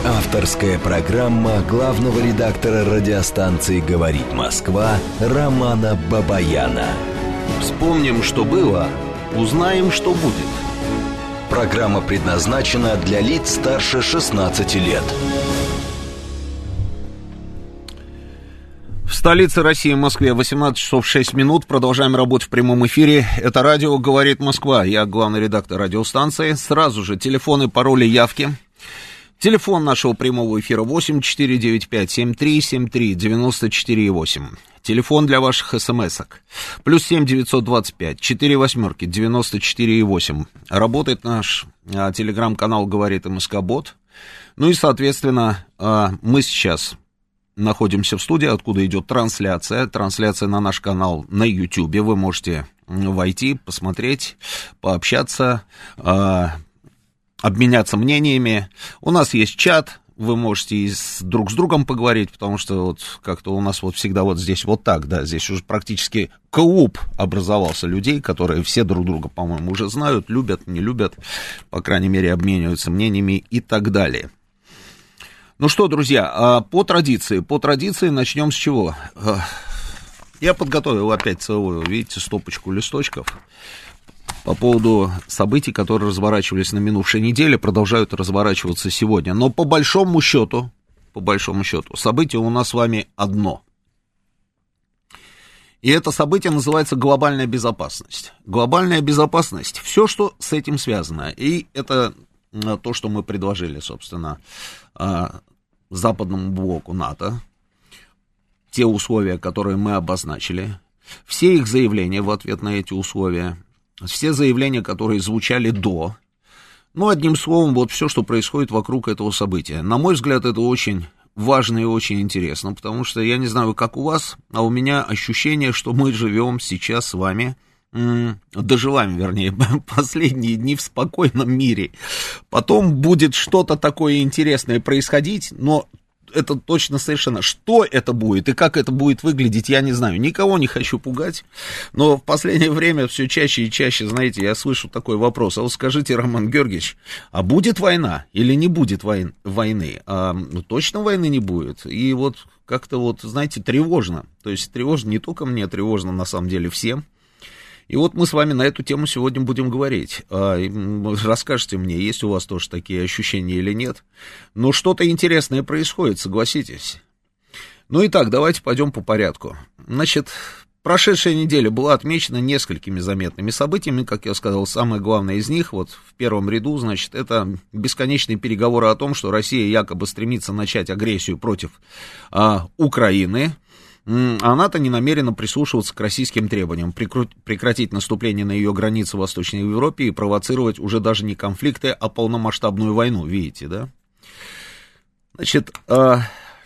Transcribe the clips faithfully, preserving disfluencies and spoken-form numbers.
Авторская программа главного редактора радиостанции «Говорит Москва» Романа Бабаяна. Вспомним, что было, узнаем, что будет. Программа предназначена для лиц старше шестнадцати лет. В столице России, Москве, восемнадцать часов шесть минут. Продолжаем работу в прямом эфире. Это радио «Говорит Москва». Я главный редактор радиостанции. Сразу же телефоны, пароли, явки. Телефон нашего прямого эфира восемь четыре девять пять семь три семь три девяносто четыре восемь. Телефон для ваших смс-ок. Плюс семь девятьсот двадцать пять четыре восьмерки девяносто четыре восемь. Работает наш а, телеграм-канал «Говорит МСК-бот». Ну и, соответственно, а, мы сейчас находимся в студии, откуда идет трансляция. Трансляция на наш канал на Ютьюбе. Вы можете войти, посмотреть, пообщаться, а, обменяться мнениями. У нас есть чат, вы можете и с, друг с другом поговорить, потому что вот как-то у нас вот всегда вот здесь вот так, да, здесь уже практически клуб образовался людей, которые все друг друга, по-моему, уже знают, любят, не любят, по крайней мере, обмениваются мнениями и так далее. Ну что, друзья, по традиции, по традиции начнем с чего? Я подготовил опять целую, видите, стопочку листочков по поводу событий, которые разворачивались на минувшей неделе, продолжают разворачиваться сегодня. Но по большому счету, по большому счету, событие у нас с вами одно. И это событие называется глобальная безопасность. Глобальная безопасность, все, что с этим связано. И это то, что мы предложили, собственно, западному блоку НАТО. Те условия, которые мы обозначили. Все их заявления в ответ на эти условия. Все заявления, которые звучали до. Ну, одним словом, вот все, что происходит вокруг этого события. На мой взгляд, это очень важно и очень интересно, потому что, я не знаю, как у вас, а у меня ощущение, что мы живем сейчас с вами, м- доживаем, вернее, последние дни в спокойном мире. Потом будет что-то такое интересное происходить, но это точно совершенно. Что это будет и как это будет выглядеть, я не знаю. Никого не хочу пугать, но в последнее время все чаще и чаще, знаете, я слышу такой вопрос. А вот скажите, Роман Георгиевич, а будет война или не будет войн, войны? А, ну, точно войны не будет. И вот как-то вот, знаете, тревожно. То есть тревожно не только мне, тревожно на самом деле всем. И вот мы с вами на эту тему сегодня будем говорить. Расскажите мне, есть у вас тоже такие ощущения или нет. Но что-то интересное происходит, согласитесь. Ну и так, давайте пойдем по порядку. Значит, прошедшая неделя была отмечена несколькими заметными событиями. Как я сказал, самое главное из них, вот в первом ряду, значит, это бесконечные переговоры о том, что Россия якобы стремится начать агрессию против а, Украины. А НАТО не намерена прислушиваться к российским требованиям, прекратить наступление на ее границы в Восточной Европе и провоцировать уже даже не конфликты, а полномасштабную войну, видите, да? Значит, э,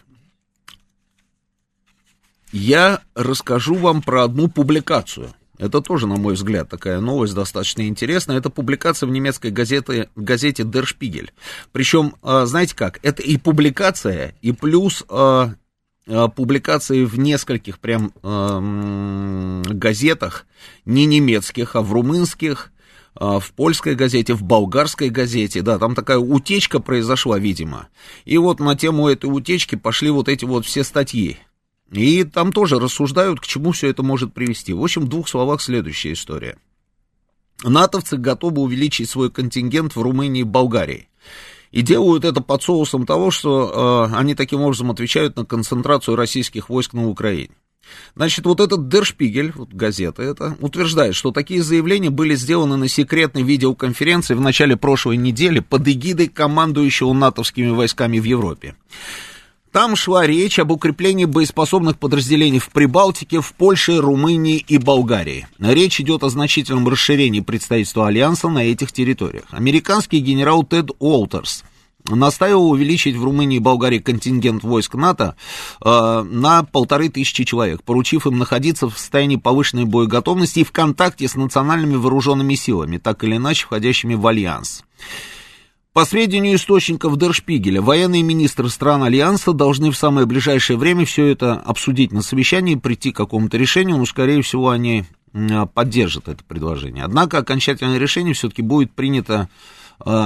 я расскажу вам про одну публикацию. Это тоже, на мой взгляд, такая новость достаточно интересная. Это публикация в немецкой газете, газете Der Spiegel. Причем, э, знаете как, это и публикация, и плюс... Э, публикации в нескольких прям э, газетах, не немецких, а в румынских, э, в польской газете, в болгарской газете, да, там такая утечка произошла, видимо, и вот на тему этой утечки пошли вот эти вот все статьи, и там тоже рассуждают, к чему все это может привести. В общем, в двух словах следующая история. Натовцы готовы увеличить свой контингент в Румынии и Болгарии. И делают это под соусом того, что э, они таким образом отвечают на концентрацию российских войск на Украине. Значит, вот этот Der Spiegel, вот газета эта, утверждает, что такие заявления были сделаны на секретной видеоконференции в начале прошлой недели под эгидой командующего натовскими войсками в Европе. Там шла речь об укреплении боеспособных подразделений в Прибалтике, в Польше, Румынии и Болгарии. Речь идет о значительном расширении представительства Альянса на этих территориях. Американский генерал Тед Уолтерс настаивал увеличить в Румынии и Болгарии контингент войск НАТО э, на полторы тысячи человек, поручив им находиться в состоянии повышенной боеготовности и в контакте с национальными вооруженными силами, так или иначе входящими в Альянс. По сведению источников Der Spiegel, военные министры стран Альянса должны в самое ближайшее время все это обсудить на совещании, прийти к какому-то решению, но, скорее всего, они поддержат это предложение. Однако окончательное решение все-таки будет принято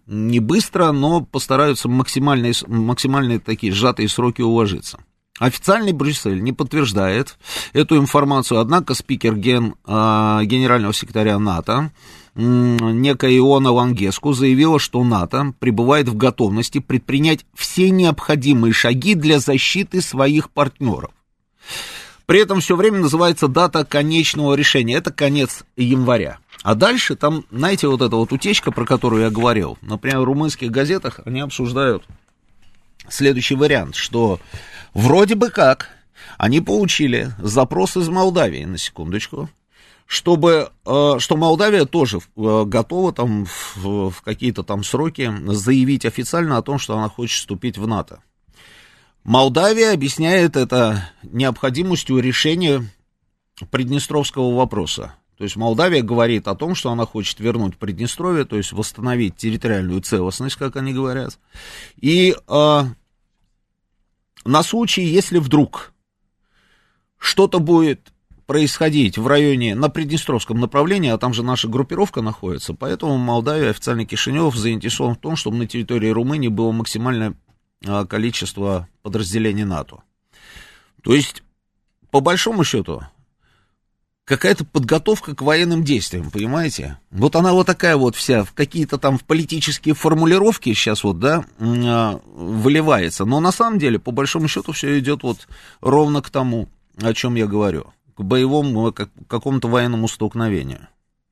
не быстро, но постараются максимальные, максимальные такие сжатые сроки уложиться. Официальный Брюссель не подтверждает эту информацию, однако спикер ген, э, генерального секретаря НАТО, э, некая Иона Лангеску, заявила, что НАТО пребывает в готовности предпринять все необходимые шаги для защиты своих партнеров. При этом все время называется дата конечного решения, это конец января. А дальше там, знаете, вот эта вот утечка, про которую я говорил, например, в румынских газетах они обсуждают следующий вариант, что вроде бы как они получили запрос из Молдавии, на секундочку, чтобы, что Молдавия тоже готова там в, в какие-то там сроки заявить официально о том, что она хочет вступить в НАТО. Молдавия объясняет это необходимостью решения приднестровского вопроса. То есть Молдавия говорит о том, что она хочет вернуть Приднестровье, то есть восстановить территориальную целостность, как они говорят. И э, на случай, если вдруг что-то будет происходить в районе, на Приднестровском направлении, а там же наша группировка находится, поэтому Молдавия, официально Кишинев, заинтересован в том, чтобы на территории Румынии было максимальное э, количество подразделений НАТО. То есть, по большому счету, какая-то подготовка к военным действиям, понимаете? Вот она вот такая вот вся, в какие-то там в политические формулировки сейчас вот, да, выливается. Но на самом деле, по большому счету, все идет вот ровно к тому, о чем я говорю. К боевому, к какому-то военному столкновению.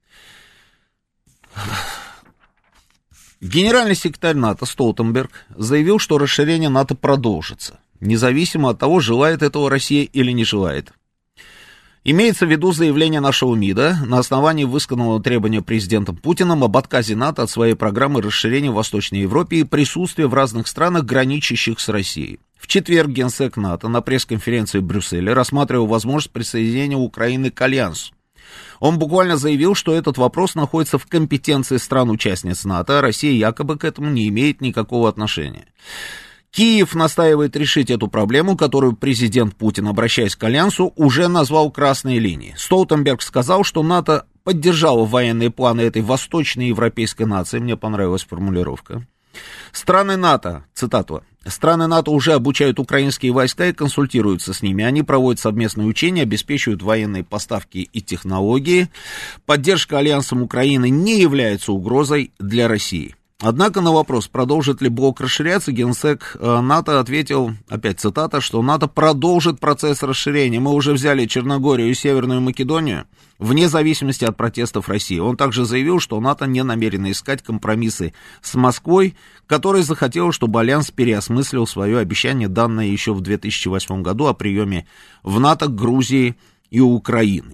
Генеральный секретарь НАТО Столтенберг заявил, что расширение НАТО продолжится, независимо от того, желает этого Россия или не желает. Имеется в виду заявление нашего МИДа на основании высказанного требования президентом Путиным об отказе НАТО от своей программы расширения в Восточной Европе и присутствия в разных странах, граничащих с Россией. В четверг генсек НАТО на пресс-конференции в Брюсселе рассматривал возможность присоединения Украины к Альянсу. Он буквально заявил, что этот вопрос находится в компетенции стран-участниц НАТО, а Россия якобы к этому не имеет никакого отношения. Киев настаивает решить эту проблему, которую президент Путин, обращаясь к Альянсу, уже назвал красной линией. Столтенберг сказал, что НАТО поддержало военные планы этой восточноевропейской нации, мне понравилась формулировка. Страны НАТО, цитата, страны НАТО уже обучают украинские войска и консультируются с ними. Они проводят совместные учения, обеспечивают военные поставки и технологии. Поддержка Альянсом Украины не является угрозой для России. Однако на вопрос, продолжит ли блок расширяться, генсек НАТО ответил, опять цитата, что НАТО продолжит процесс расширения. Мы уже взяли Черногорию и Северную Македонию вне зависимости от протестов России. Он также заявил, что НАТО не намерено искать компромиссы с Москвой, которая захотела, чтобы Альянс переосмыслил свое обещание, данное еще в две тысячи восьмом году, о приеме в НАТО Грузии и Украины.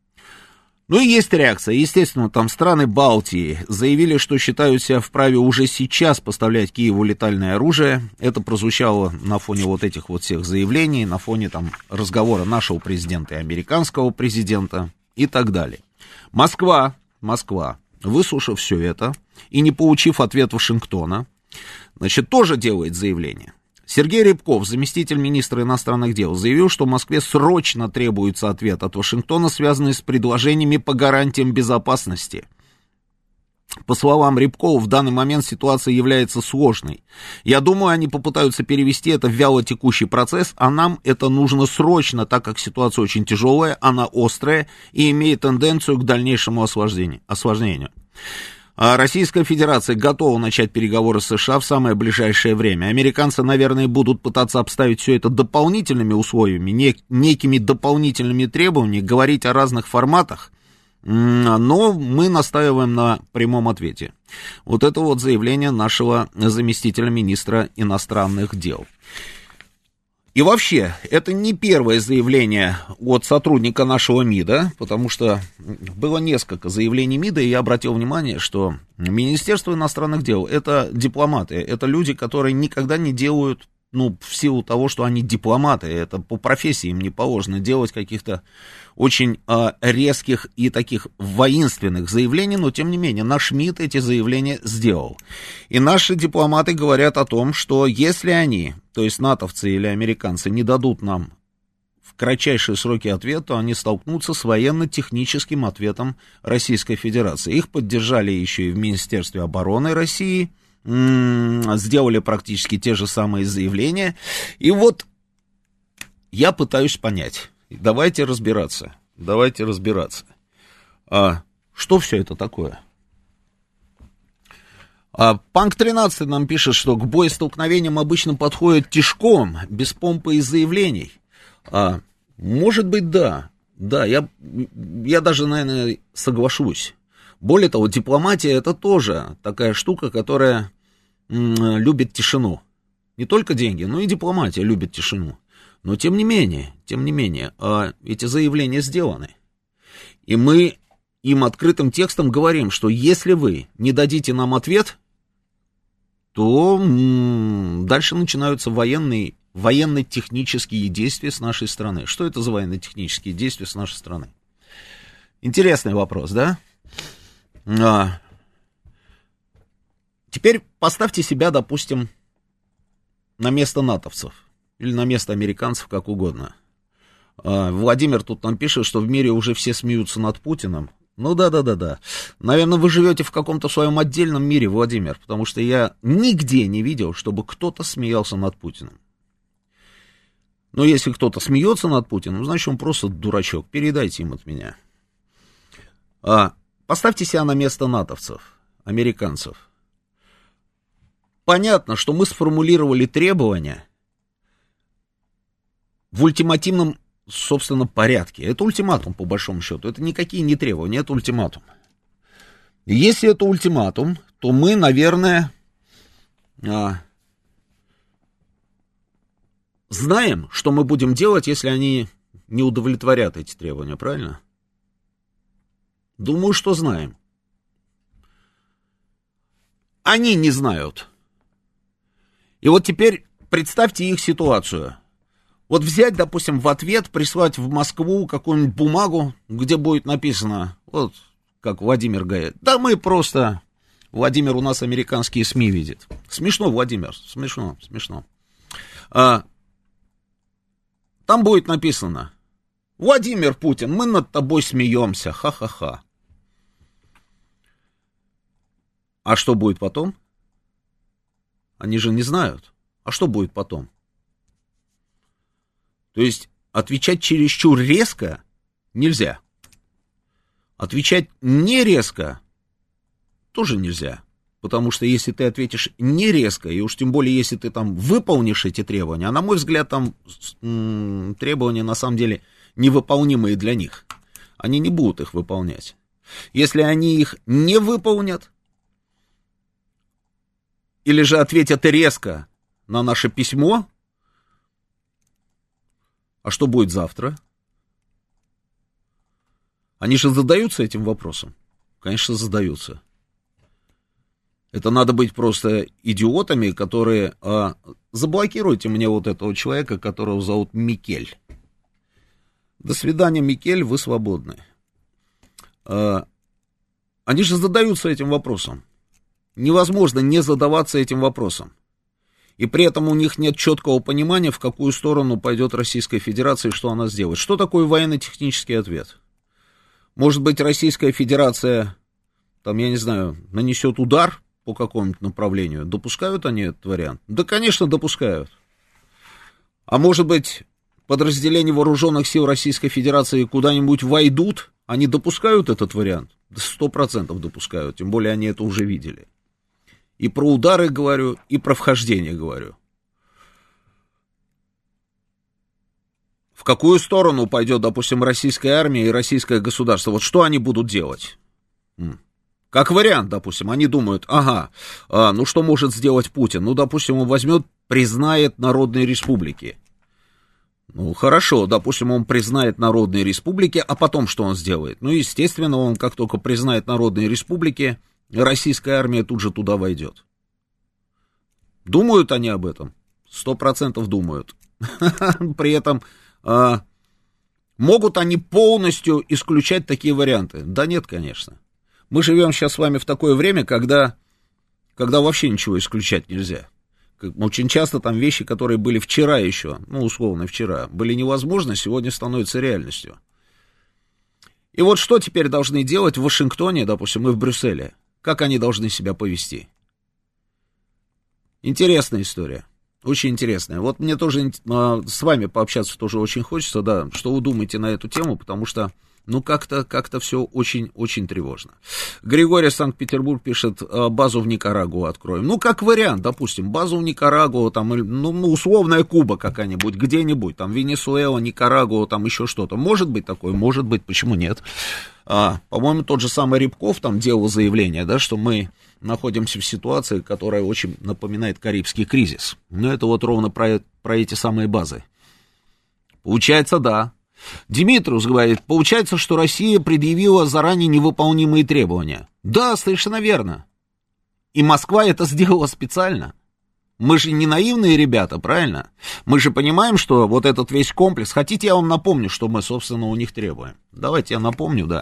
Ну и есть реакция. Естественно, там страны Балтии заявили, что считают себя вправе уже сейчас поставлять Киеву летальное оружие. Это прозвучало на фоне вот этих вот всех заявлений, на фоне там разговора нашего президента и американского президента и так далее. Москва, Москва, выслушав все это и не получив ответ Вашингтона, значит, тоже делает заявление. Сергей Рябков, заместитель министра иностранных дел, заявил, что Москве срочно требуется ответ от Вашингтона, связанный с предложениями по гарантиям безопасности. По словам Рябкова, в данный момент ситуация является сложной. Я думаю, они попытаются перевести это в вялотекущий процесс, а нам это нужно срочно, так как ситуация очень тяжелая, она острая и имеет тенденцию к дальнейшему осложнению. Российская Федерация готова начать переговоры с США в самое ближайшее время. Американцы, наверное, будут пытаться обставить все это дополнительными условиями, нек- некими дополнительными требованиями, говорить о разных форматах, но мы настаиваем на прямом ответе. Вот это вот заявление нашего заместителя министра иностранных дел. И вообще, это не первое заявление от сотрудника нашего МИДа, потому что было несколько заявлений МИДа, и я обратил внимание, что Министерство иностранных дел — это дипломаты, это люди, которые никогда не делают, ну, в силу того, что они дипломаты, это по профессии им не положено делать каких-то очень э, резких и таких воинственных заявлений, но, тем не менее, наш МИД эти заявления сделал. И наши дипломаты говорят о том, что если они, то есть натовцы или американцы, не дадут нам в кратчайшие сроки ответ, то они столкнутся с военно-техническим ответом Российской Федерации. Их поддержали еще и в Министерстве обороны России, м- сделали практически те же самые заявления. И вот я пытаюсь понять, давайте разбираться, давайте разбираться, а, что все это такое? А, Панк тринадцать нам пишет, что к боестолкновениям обычно подходят тишком, без помпы и заявлений. А, может быть, да, да, я, я даже, наверное, соглашусь. Более того, дипломатия — это тоже такая штука, которая м, любит тишину. Не только деньги, но и дипломатия любит тишину. Но тем не менее, тем не менее, а, эти заявления сделаны. И мы им открытым текстом говорим, что если вы не дадите нам ответ, то м, дальше начинаются военные, военно-технические действия с нашей стороны. Что это за военно-технические действия с нашей стороны? Интересный вопрос, да? А, теперь поставьте себя, допустим, на место натовцев или на место американцев, как угодно. А, Владимир тут нам пишет, что в мире уже все смеются над Путиным. Ну да-да-да-да. Наверное, вы живете в каком-то своем отдельном мире, Владимир, потому что я нигде не видел, чтобы кто-то смеялся над Путиным. Но если кто-то смеется над Путиным, значит, он просто дурачок. Передайте им от меня. А, поставьте себя на место натовцев, американцев. Понятно, что мы сформулировали требования в ультимативном, собственно, порядке. Это ультиматум, по большому счету. Это никакие не требования, это ультиматум. И если это ультиматум, то мы, наверное, а, знаем, что мы будем делать, если они не удовлетворят эти требования, правильно? Думаю, что знаем. Они не знают. И вот теперь представьте их ситуацию. Вот взять, допустим, в ответ, прислать в Москву какую-нибудь бумагу, где будет написано, вот как Владимир говорит, да мы просто, Владимир у нас американские СМИ видит. Смешно, Владимир, смешно, смешно. А, там будет написано, Владимир Путин, мы над тобой смеемся, ха-ха-ха. А что будет потом? Они же не знают. А что будет потом? То есть отвечать чересчур резко нельзя. Отвечать не резко тоже нельзя. Потому что если ты ответишь не резко, и уж тем более, если ты там выполнишь эти требования, а на мой взгляд, там м- требования на самом деле невыполнимые для них. Они не будут их выполнять. Если они их не выполнят, или же ответят резко на наше письмо, а что будет завтра? Они же задаются этим вопросом? Конечно, задаются. Это надо быть просто идиотами, которые... А, заблокируйте мне вот этого человека, которого зовут Микель. До свидания, Микель, вы свободны. А, они же задаются этим вопросом. Невозможно не задаваться этим вопросом. И при этом у них нет четкого понимания, в какую сторону пойдет Российская Федерация и что она сделает. Что такое военно-технический ответ? Может быть, Российская Федерация, там, я не знаю, нанесет удар по какому-нибудь направлению? Допускают они этот вариант? Да, конечно, допускают. А может быть, подразделения вооруженных сил Российской Федерации куда-нибудь войдут? Они допускают этот вариант? Сто процентов допускают, тем более они это уже видели. И про удары говорю, и про вхождение говорю. В какую сторону пойдет, допустим, российская армия и российское государство? Вот что они будут делать? Как вариант, допустим, они думают, ага, а, ну что может сделать Путин? Ну, допустим, он возьмет, признает народные республики. Ну, хорошо, допустим, он признает народные республики, а потом что он сделает? Ну, естественно, он как только признает народные республики, российская армия тут же туда войдет. Думают они об этом? Сто процентов думают. При этом а, могут они полностью исключать такие варианты? Да нет, конечно. Мы живем сейчас с вами в такое время, когда, когда вообще ничего исключать нельзя. Очень часто там вещи, которые были вчера еще, ну, условно, вчера, были невозможны, сегодня становятся реальностью. И вот что теперь должны делать в Вашингтоне, допустим, и в Брюсселе? Как они должны себя повести? Интересная история. Очень интересная. Вот мне тоже а, с вами пообщаться тоже очень хочется, да, что вы думаете на эту тему, потому что, ну, как-то, как-то все очень-очень тревожно. Григорий Санкт-Петербург пишет, базу в Никарагуа откроем. Ну, как вариант, допустим, базу в Никарагуа, там, ну, условная Куба какая-нибудь, где-нибудь, там, Венесуэла, Никарагуа, там, еще что-то. Может быть такое, может быть, почему нет? А, по-моему, тот же самый Рябков там делал заявление, да, что мы находимся в ситуации, которая очень напоминает Карибский кризис. Но это вот ровно про, про эти самые базы. Получается, да. Димитриус говорит, получается, что Россия предъявила заранее невыполнимые требования. Да, совершенно верно. И Москва это сделала специально. Мы же не наивные ребята, правильно? Мы же понимаем, что вот этот весь комплекс... Хотите, я вам напомню, что мы, собственно, у них требуем? Давайте я напомню, да.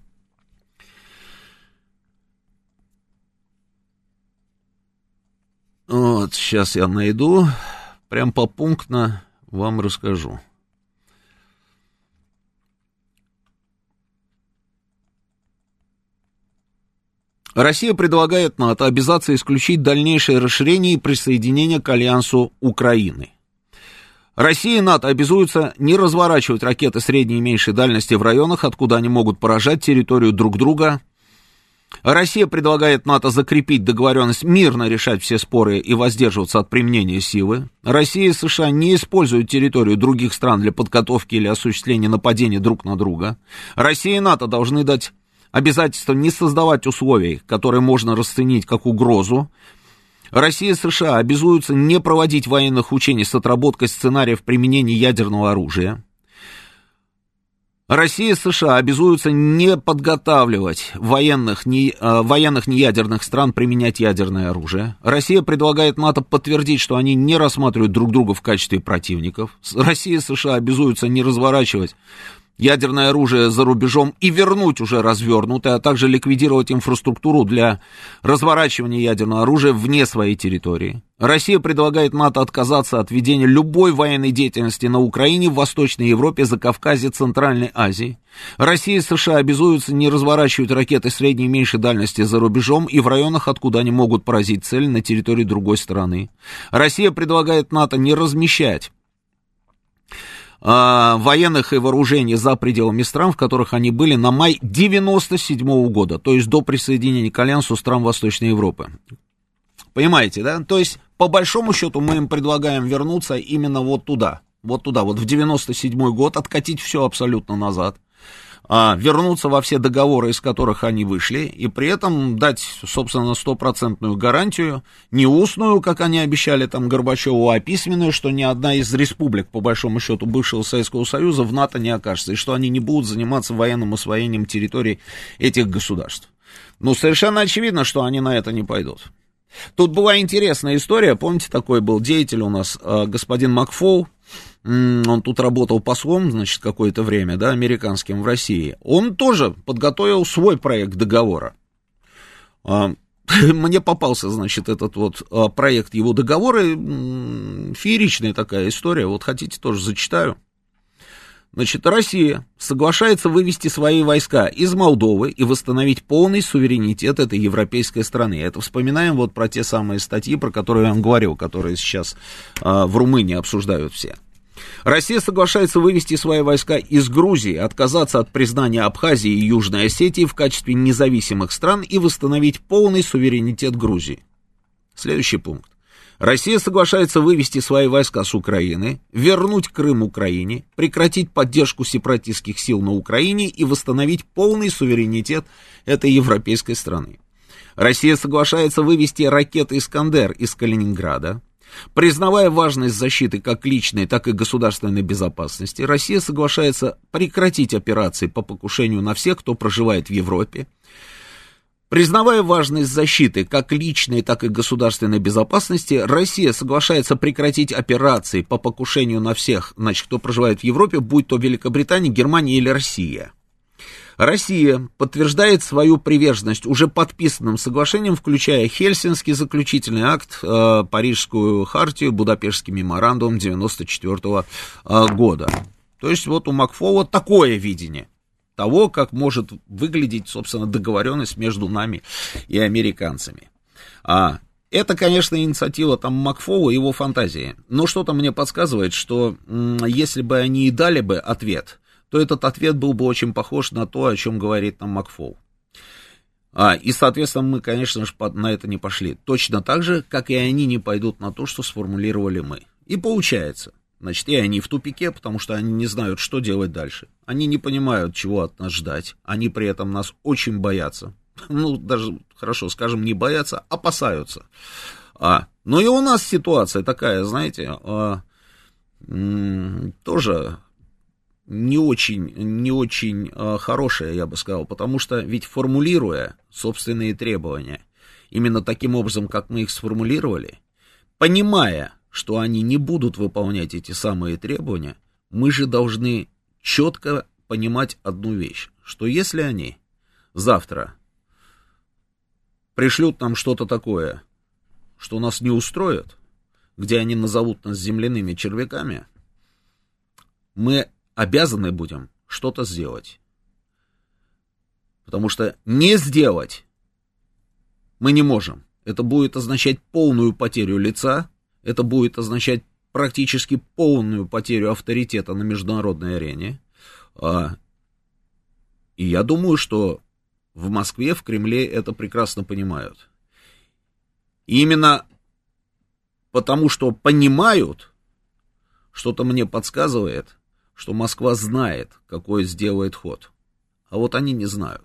Вот, сейчас я найду, прям попунктно вам расскажу. Россия предлагает НАТО обязаться исключить дальнейшее расширение и присоединение к альянсу Украины. Россия и НАТО обязуются не разворачивать ракеты средней и меньшей дальности в районах, откуда они могут поражать территорию друг друга. Россия предлагает НАТО закрепить договоренность мирно решать все споры и воздерживаться от применения силы. Россия и США не используют территорию других стран для подготовки или осуществления нападений друг на друга. Россия и НАТО должны дать обязательство не создавать условий, которые можно расценить как угрозу. Россия и США обязуются не проводить военных учений с отработкой сценариев применения ядерного оружия. Россия и США обязуются не подготавливать военных, не, э, военных неядерных стран применять ядерное оружие. Россия предлагает НАТО подтвердить, что они не рассматривают друг друга в качестве противников. Россия и США обязуются не разворачивать ядерное оружие за рубежом и вернуть уже развернутое, а также ликвидировать инфраструктуру для разворачивания ядерного оружия вне своей территории. Россия предлагает НАТО отказаться от ведения любой военной деятельности на Украине, в Восточной Европе, Закавказье, Центральной Азии. Россия и США обязуются не разворачивать ракеты средней и меньшей дальности за рубежом и в районах, откуда они могут поразить цель на территории другой страны. Россия предлагает НАТО не размещать военных и вооружений за пределами стран, в которых они были на май девяносто седьмого года, то есть до присоединения к альянсу стран Восточной Европы. Понимаете, да? То есть, по большому счету, мы им предлагаем вернуться именно вот туда, вот туда, вот в девяносто седьмой год, откатить все абсолютно назад, а, вернуться во все договоры, из которых они вышли, и при этом дать, собственно, стопроцентную гарантию, не устную, как они обещали там Горбачеву, а письменную, что ни одна из республик, по большому счету, бывшего Советского Союза в НАТО не окажется, и что они не будут заниматься военным освоением территорий этих государств. Ну, совершенно очевидно, что они на это не пойдут. Тут была интересная история, помните, такой был деятель у нас, господин Макфол. Он тут работал послом, значит, какое-то время, да, американским в России. Он тоже подготовил свой проект договора. Мне попался, значит, этот вот проект его договора. Фееричная такая история. Вот хотите, тоже зачитаю. Значит, Россия соглашается вывести свои войска из Молдовы и восстановить полный суверенитет этой европейской страны. Это вспоминаем вот про те самые статьи, про которые я вам говорил, которые сейчас в Румынии обсуждают все. Россия соглашается вывести свои войска из Грузии, отказаться от признания Абхазии и Южной Осетии в качестве независимых стран и восстановить полный суверенитет Грузии. Следующий пункт. Россия соглашается вывести свои войска с Украины, вернуть Крым Украине, прекратить поддержку сепаратистских сил на Украине и восстановить полный суверенитет этой европейской страны. Россия соглашается вывести ракеты «Искандер» из Калининграда. Признавая важность защиты как личной, так и государственной безопасности, Россия соглашается прекратить операции по покушению на всех, кто проживает в Европе. Признавая важность защиты как личной, так и государственной безопасности, Россия соглашается прекратить операции по покушению на всех, значит, кто проживает в Европе, будь то Великобритания, Германия или Россия. Россия подтверждает свою приверженность уже подписанным соглашениям, включая Хельсинский заключительный акт, э, Парижскую хартию, Будапештский меморандум девяносто четвёртого э, года. То есть вот у Макфола такое видение того, как может выглядеть, собственно, договоренность между нами и американцами. А Это, конечно, инициатива там Макфоу и его фантазии. Но что-то мне подсказывает, что м, если бы они и дали бы ответ, то этот ответ был бы очень похож на то, о чем говорит нам Макфоу. А, и, соответственно, мы, конечно же, на это не пошли. Точно так же, как и они не пойдут на то, что сформулировали мы. И получается, значит, и они в тупике, потому что они не знают, что делать дальше. Они не понимают, чего от нас ждать. Они при этом нас очень боятся. Ну, даже, хорошо, скажем, не боятся, опасаются. А, ну и у нас ситуация такая, знаете, а, м, тоже не очень, не очень а, хорошая, я бы сказал, потому что ведь формулируя собственные требования именно таким образом, как мы их сформулировали, понимая, что они не будут выполнять эти самые требования, мы же должны четко понимать одну вещь, что если они завтра пришлют нам что-то такое, что нас не устроит, где они назовут нас земляными червяками, мы обязаны будем что-то сделать. Потому что не сделать мы не можем. Это будет означать полную потерю лица, это будет означать практически полную потерю авторитета на международной арене. И я думаю, что в Москве, в Кремле это прекрасно понимают. И именно потому, что понимают, что-то мне подсказывает, что Москва знает, какой сделает ход. А вот они не знают.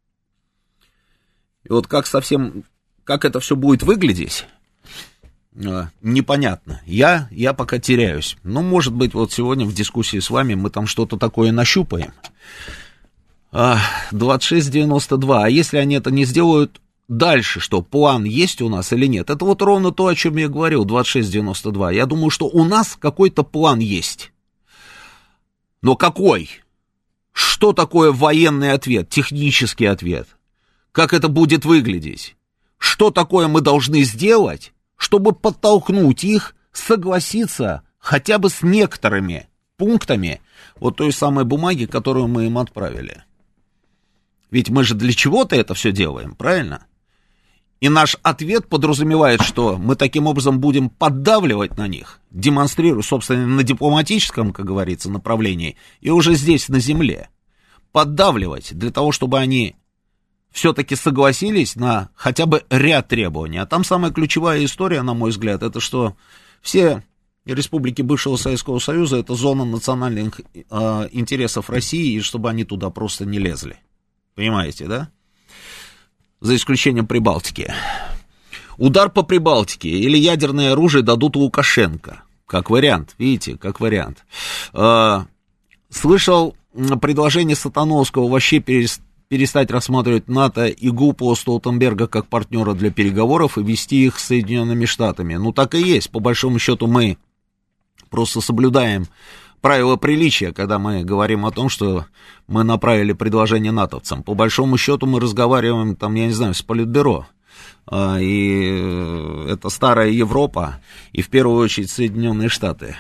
И вот как совсем, как это все будет выглядеть, непонятно. Я, я пока теряюсь. Ну, может быть, вот сегодня в дискуссии с вами мы там что-то такое нащупаем. двадцать шесть девяносто два. А если они это не сделают, дальше что? План есть у нас или нет? Это вот ровно то, о чем я говорил, двадцать шесть девяносто два. Я думаю, что у нас какой-то план есть. Но какой? Что такое военный ответ, технический ответ? Как это будет выглядеть? Что такое мы должны сделать, чтобы подтолкнуть их согласиться хотя бы с некоторыми пунктами вот той самой бумаги, которую мы им отправили? Ведь мы же для чего-то это все делаем, правильно? И наш ответ подразумевает, что мы таким образом будем поддавливать на них, демонстрируя, собственно, на дипломатическом, как говорится, направлении, и уже здесь, на земле, поддавливать для того, чтобы они все-таки согласились на хотя бы ряд требований. А там самая ключевая история, на мой взгляд, это что все республики бывшего Советского Союза — это зона национальных э, интересов России, и чтобы они туда просто не лезли. Понимаете, да? За исключением Прибалтики. Удар по Прибалтике или ядерное оружие дадут Лукашенко. Как вариант, видите, как вариант. Э, слышал предложение Сатановского вообще перестать рассматривать НАТО и ГУПу Столтенберга как партнера для переговоров и вести их с Соединенными Штатами. Ну, так и есть. По большому счету мы просто соблюдаем правила приличия, когда мы говорим о том, что мы направили предложение натовцам. По большому счету мы разговариваем, там, я не знаю, с Политбюро. И это старая Европа, и в первую очередь Соединенные Штаты.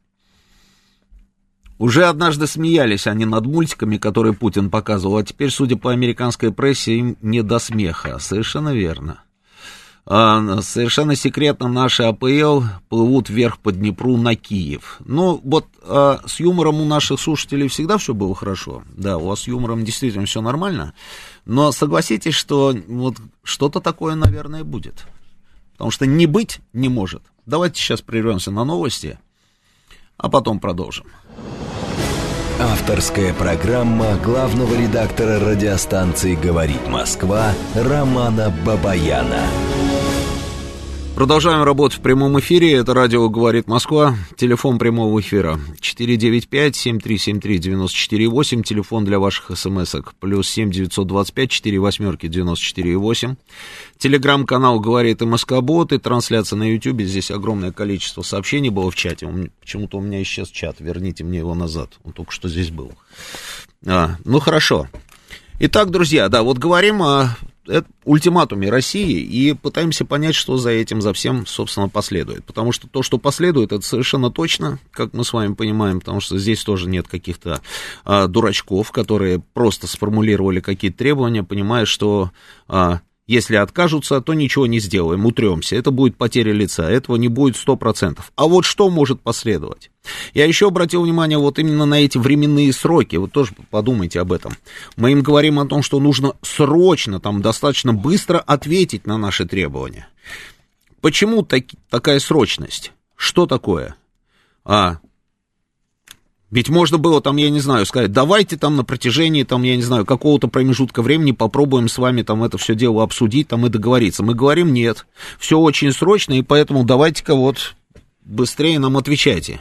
Уже однажды смеялись они над мультиками, которые Путин показывал, а теперь, судя по американской прессе, им не до смеха. Совершенно верно. Совершенно секретно наши АПЛ плывут вверх по Днепру на Киев. Ну, вот а, с юмором у наших слушателей всегда все было хорошо. Да, у вас с юмором действительно все нормально. Но согласитесь, что вот что-то такое, наверное, будет. Потому что не быть не может. Давайте сейчас прервемся на новости, а потом продолжим. Авторская программа главного редактора радиостанции «Говорит Москва» Романа Бабаяна. Продолжаем работать в прямом эфире. Это радио «Говорит Москва». Телефон прямого эфира четыре девять пять семь три семь три девять четыре восемь. Телефон для ваших смс-ок плюс семь девятьсот двадцать пять четыре восьмерки девяносто четыре восемь. Телеграм-канал «Говорит МСК-бот» и трансляция на Ютьюбе. Здесь огромное количество сообщений было в чате. Почему-то у меня исчез чат. Верните мне его назад. Он только что здесь был. А, ну, хорошо. Итак, друзья, да, вот говорим о ультиматуме России и пытаемся понять, что за этим, за всем, собственно, последует. Потому что то, что последует, это совершенно точно, как мы с вами понимаем, потому что здесь тоже нет каких-то а, дурачков, которые просто сформулировали какие-то требования, понимая, что а, Если откажутся, то ничего не сделаем, утремся. Это будет потеря лица, этого не будет сто процентов. А вот что может последовать? Я еще обратил внимание вот именно на эти временные сроки. Вы тоже подумайте об этом. Мы им говорим о том, что нужно срочно, там, достаточно быстро ответить на наши требования. Почему так, такая срочность? Что такое? А... Ведь можно было там, я не знаю, сказать, давайте там на протяжении, там, я не знаю, какого-то промежутка времени попробуем с вами там это все дело обсудить, там и договориться. Мы говорим, нет, все очень срочно, и поэтому давайте-ка вот быстрее нам отвечайте.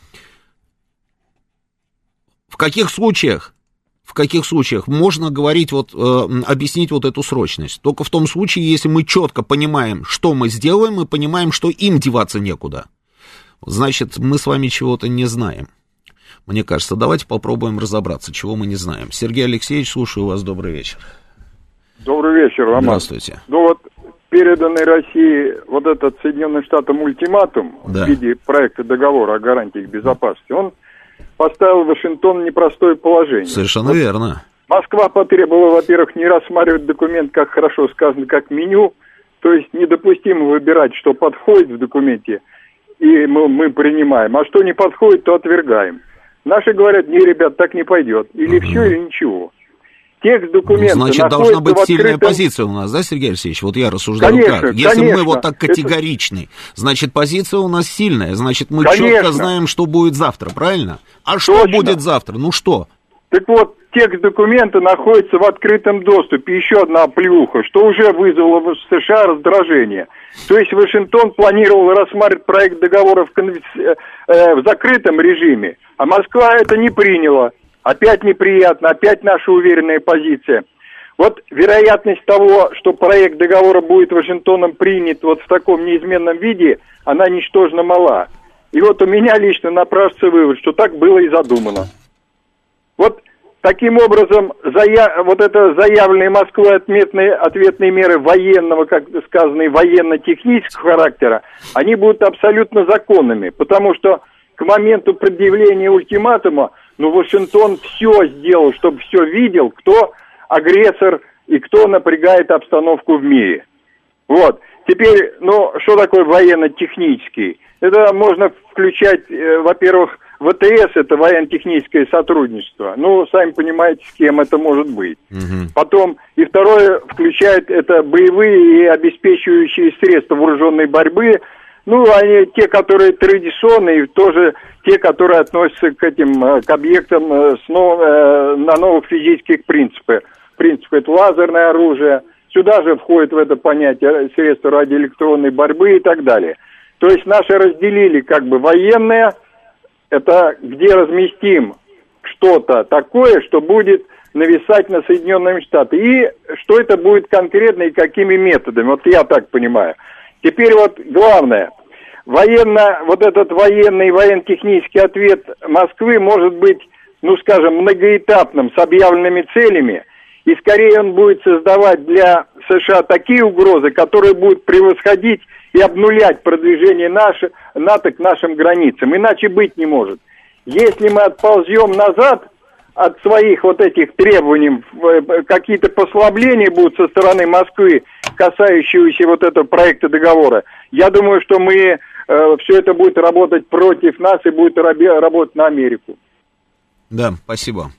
В каких случаях, в каких случаях можно говорить, вот, э, объяснить вот эту срочность? Только в том случае, если мы четко понимаем, что мы сделаем, и понимаем, что им деваться некуда. Значит, мы с вами чего-то не знаем. Мне кажется, давайте попробуем разобраться, чего мы не знаем. Сергей Алексеевич, слушаю вас, добрый вечер. Добрый вечер, Роман. Здравствуйте. Ну вот, переданный России вот этот Соединенным Штатам ультиматум, да, в виде проекта договора о гарантиях безопасности, он поставил Вашингтон в непростое положение. Совершенно вот верно. Москва потребовала, во-первых, не рассматривать документ, как хорошо сказано, как меню, то есть недопустимо выбирать, что подходит в документе, и мы, мы принимаем, а что не подходит, то отвергаем. Наши говорят, не, ребят, так не пойдет. Или угу. все, или ничего. Текст документа ну, значит, находится должна быть в открытом... сильная позиция у нас, да, Сергей Алексеевич? Вот я рассуждаю конечно, как. Если конечно. мы вот так категоричны, это... значит, позиция у нас сильная. Значит, мы конечно. четко знаем, что будет завтра, правильно? А Точно. Что будет завтра? Ну что? Так вот, текст документа находится в открытом доступе. Еще одна плюха, что уже вызвало в США раздражение. То есть Вашингтон планировал рассматривать проект договора в, конвенци... э, в закрытом режиме, а Москва это не приняла. Опять неприятно, опять наша уверенная позиция. Вот вероятность того, что проект договора будет Вашингтоном принят вот в таком неизменном виде, она ничтожно мала. И вот у меня лично напрашивается вывод, что так было и задумано. Вот таким образом, зая... вот это заявленные Москвой отметные, ответные меры военного, как сказано, и военно-технического характера, они будут абсолютно законными, потому что к моменту предъявления ультиматума, ну, Вашингтон все сделал, чтобы все видел, кто агрессор и кто напрягает обстановку в мире. Вот. Теперь, ну, что такое военно-технический? Это можно включать, э, во-первых, ВТС, это военно-техническое сотрудничество. Ну, сами понимаете, с кем это может быть. Угу. Потом, и второе, включает это боевые и обеспечивающие средства вооруженной борьбы. Ну, они те, которые традиционные, тоже те, которые относятся к этим, к объектам с нов, на новых физических принципах. Принцип это лазерное оружие. Сюда же входит в это понятие средства радиоэлектронной борьбы и так далее. То есть наши разделили как бы военное, это где разместим что-то такое, что будет нависать на Соединенные Штаты. И что это будет конкретно и какими методами. Вот я так понимаю. Теперь вот главное. Военно, вот этот военный, военно-технический ответ Москвы может быть, ну скажем, многоэтапным, с объявленными целями. И скорее он будет создавать для США такие угрозы, которые будут превосходить и обнулять продвижение наше, НАТО к нашим границам. Иначе быть не может. Если мы отползем назад от своих вот этих требований, какие-то послабления будут со стороны Москвы, касающиеся вот этого проекта договора, я думаю, что мы, э, все это будет работать против нас и будет работать на Америку. Да, спасибо.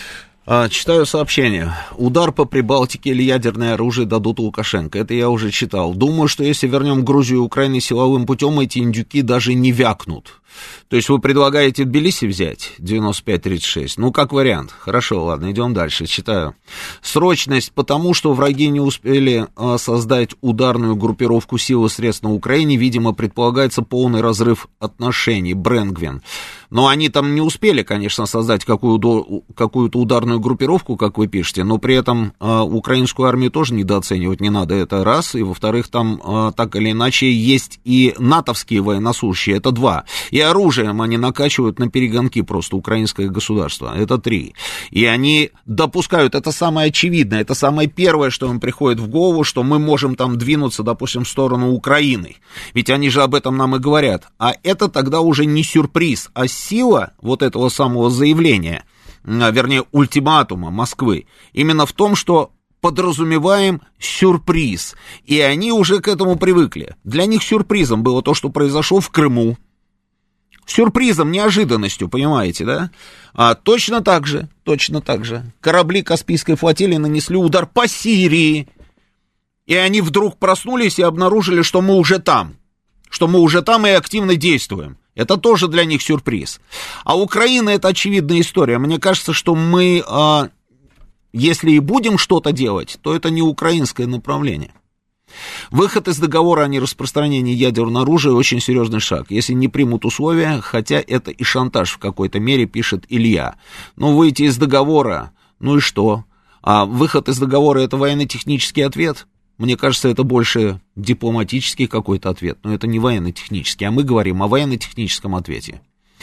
А, читаю сообщение. Удар по Прибалтике или ядерное оружие дадут Лукашенко. Это я уже читал. Думаю, что если вернем Грузию и Украину силовым путем, эти индюки даже не вякнут. То есть вы предлагаете Тбилиси взять? девяносто пять тридцать шесть. Ну, как вариант. Хорошо, ладно, идем дальше. Читаю. Срочность потому, что враги не успели а, создать ударную группировку сил и средств на Украине. Видимо, предполагается полный разрыв отношений. Брэнгвин. Но они там не успели, конечно, создать какую-то, какую-то ударную группировку, как вы пишете, но при этом э, украинскую армию тоже недооценивать не надо, это раз, и во-вторых, там э, так или иначе есть и натовские военнослужащие, это два, и оружием они накачивают на перегонки просто украинское государство, это три, и они допускают, это самое очевидное, это самое первое, что им приходит в голову, что мы можем там двинуться, допустим, в сторону Украины, ведь они же об этом нам и говорят, а это тогда уже не сюрприз, а сила вот этого самого заявления, вернее, ультиматума Москвы, именно в том, что подразумеваем сюрприз. И они уже к этому привыкли. Для них сюрпризом было то, что произошло в Крыму. Сюрпризом, неожиданностью, понимаете, да? А точно так же, точно так же. Корабли Каспийской флотилии нанесли удар по Сирии. И они вдруг проснулись и обнаружили, что мы уже там. Что мы уже там и активно действуем. Это тоже для них сюрприз. А Украина — это очевидная история. Мне кажется, что мы, а, если и будем что-то делать, то это не украинское направление. Выход из договора о нераспространении ядерного оружия — очень серьезный шаг, если не примут условия, хотя это и шантаж в какой-то мере, пишет Илья. Ну, выйти из договора, ну и что? А выход из договора — это военно-технический ответ? Мне кажется, это больше дипломатический какой-то ответ, но это не военно-технический, а мы говорим о военно-техническом ответе.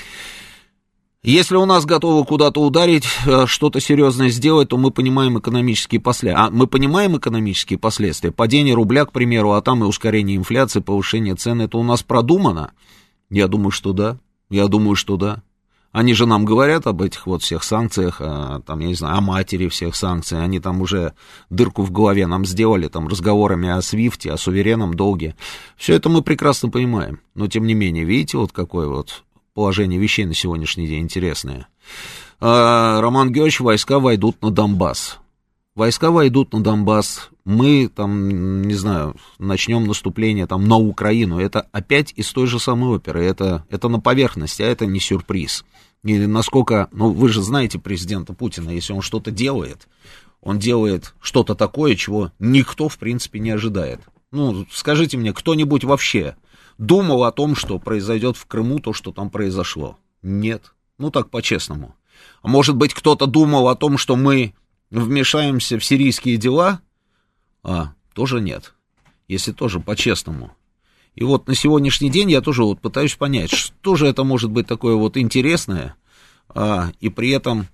Если у нас готовы куда-то ударить, что-то серьезное сделать, то мы понимаем экономические последствия. А мы понимаем экономические последствия. Падение рубля, к примеру, а там и ускорение инфляции, повышение цен, это у нас продумано? Я думаю, что да. Я думаю, что да. Они же нам говорят об этих вот всех санкциях, а, там, я не знаю, о матери всех санкций. Они там уже дырку в голове нам сделали, там, разговорами о Свифте, о суверенном долге. Все это мы прекрасно понимаем. Но, тем не менее, видите, вот какое вот положение вещей на сегодняшний день интересное. А, Роман Георгиевич, войска войдут на Донбасс. Войска войдут на Донбасс. Мы, там, не знаю, начнем наступление там на Украину. Это опять из той же самой оперы. Это, это на поверхности, а это не сюрприз. И насколько, ну, вы же знаете президента Путина, если он что-то делает, он делает что-то такое, чего никто, в принципе, не ожидает. Ну, скажите мне, кто-нибудь вообще думал о том, что произойдет в Крыму то, что там произошло? Нет. Ну, так по-честному. А может быть, кто-то думал о том, что мы вмешаемся в сирийские дела? А, тоже нет. Если тоже по-честному. И вот на сегодняшний день я тоже вот пытаюсь понять, что же это может быть такое вот интересное, а, и при этом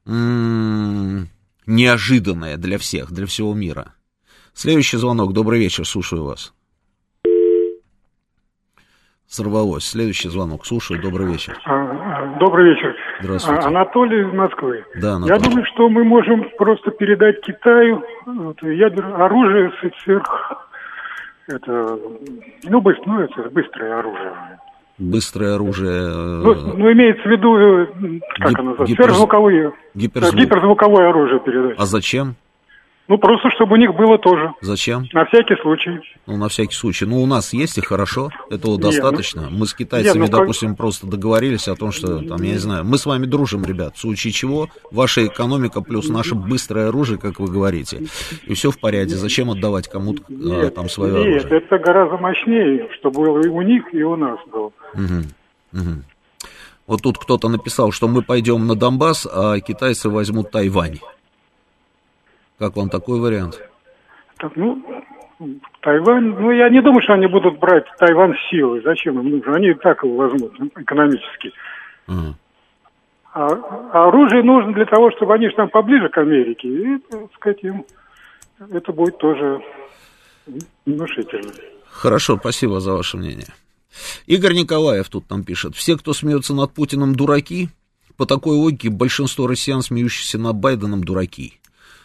м-м, неожиданное для всех, для всего мира. Следующий звонок. Добрый вечер, слушаю вас. Сорвалось. Следующий звонок. Слушаю. Добрый вечер. Добрый вечер. Здравствуйте. Анатолий из Москвы. Да, Анатолий. Я думаю, что мы можем просто передать Китаю вот, ядерное оружие сверх... Это, ну, быстро, ну, это быстрое оружие. Быстрое оружие... Ну, ну имеется в виду, как Гип- оно называется, гиперз... сверхзвуковое, Гиперзвук. гиперзвуковое оружие передать. А зачем? Ну, просто, чтобы у них было тоже. Зачем? На всякий случай. Ну, на всякий случай. Ну, у нас есть и хорошо, этого достаточно. Нет, ну, мы с китайцами, нет, ну, допустим, как... просто договорились о том, что, там, я не знаю, мы с вами дружим, ребят, в случае чего ваша экономика плюс наше быстрое оружие, как вы говорите, и все в порядке. Зачем отдавать кому-то а, там свое нет, оружие? Нет, это гораздо мощнее, чтобы было и у них, и у нас было. Угу, угу. Вот тут кто-то написал, что мы пойдем на Донбасс, а китайцы возьмут Тайвань. Как вам такой вариант? Так, ну, Тайвань, ну, я не думаю, что они будут брать Тайвань силой. Зачем им нужно? Они и так его возьмут экономически. Uh-huh. А, а оружие нужно для того, чтобы они же там поближе к Америке. И, так сказать, им это будет тоже внушительно. Хорошо, спасибо за ваше мнение. Игорь Николаев тут нам пишет. Все, кто смеется над Путиным, дураки. По такой логике большинство россиян, смеющихся над Байденом, дураки.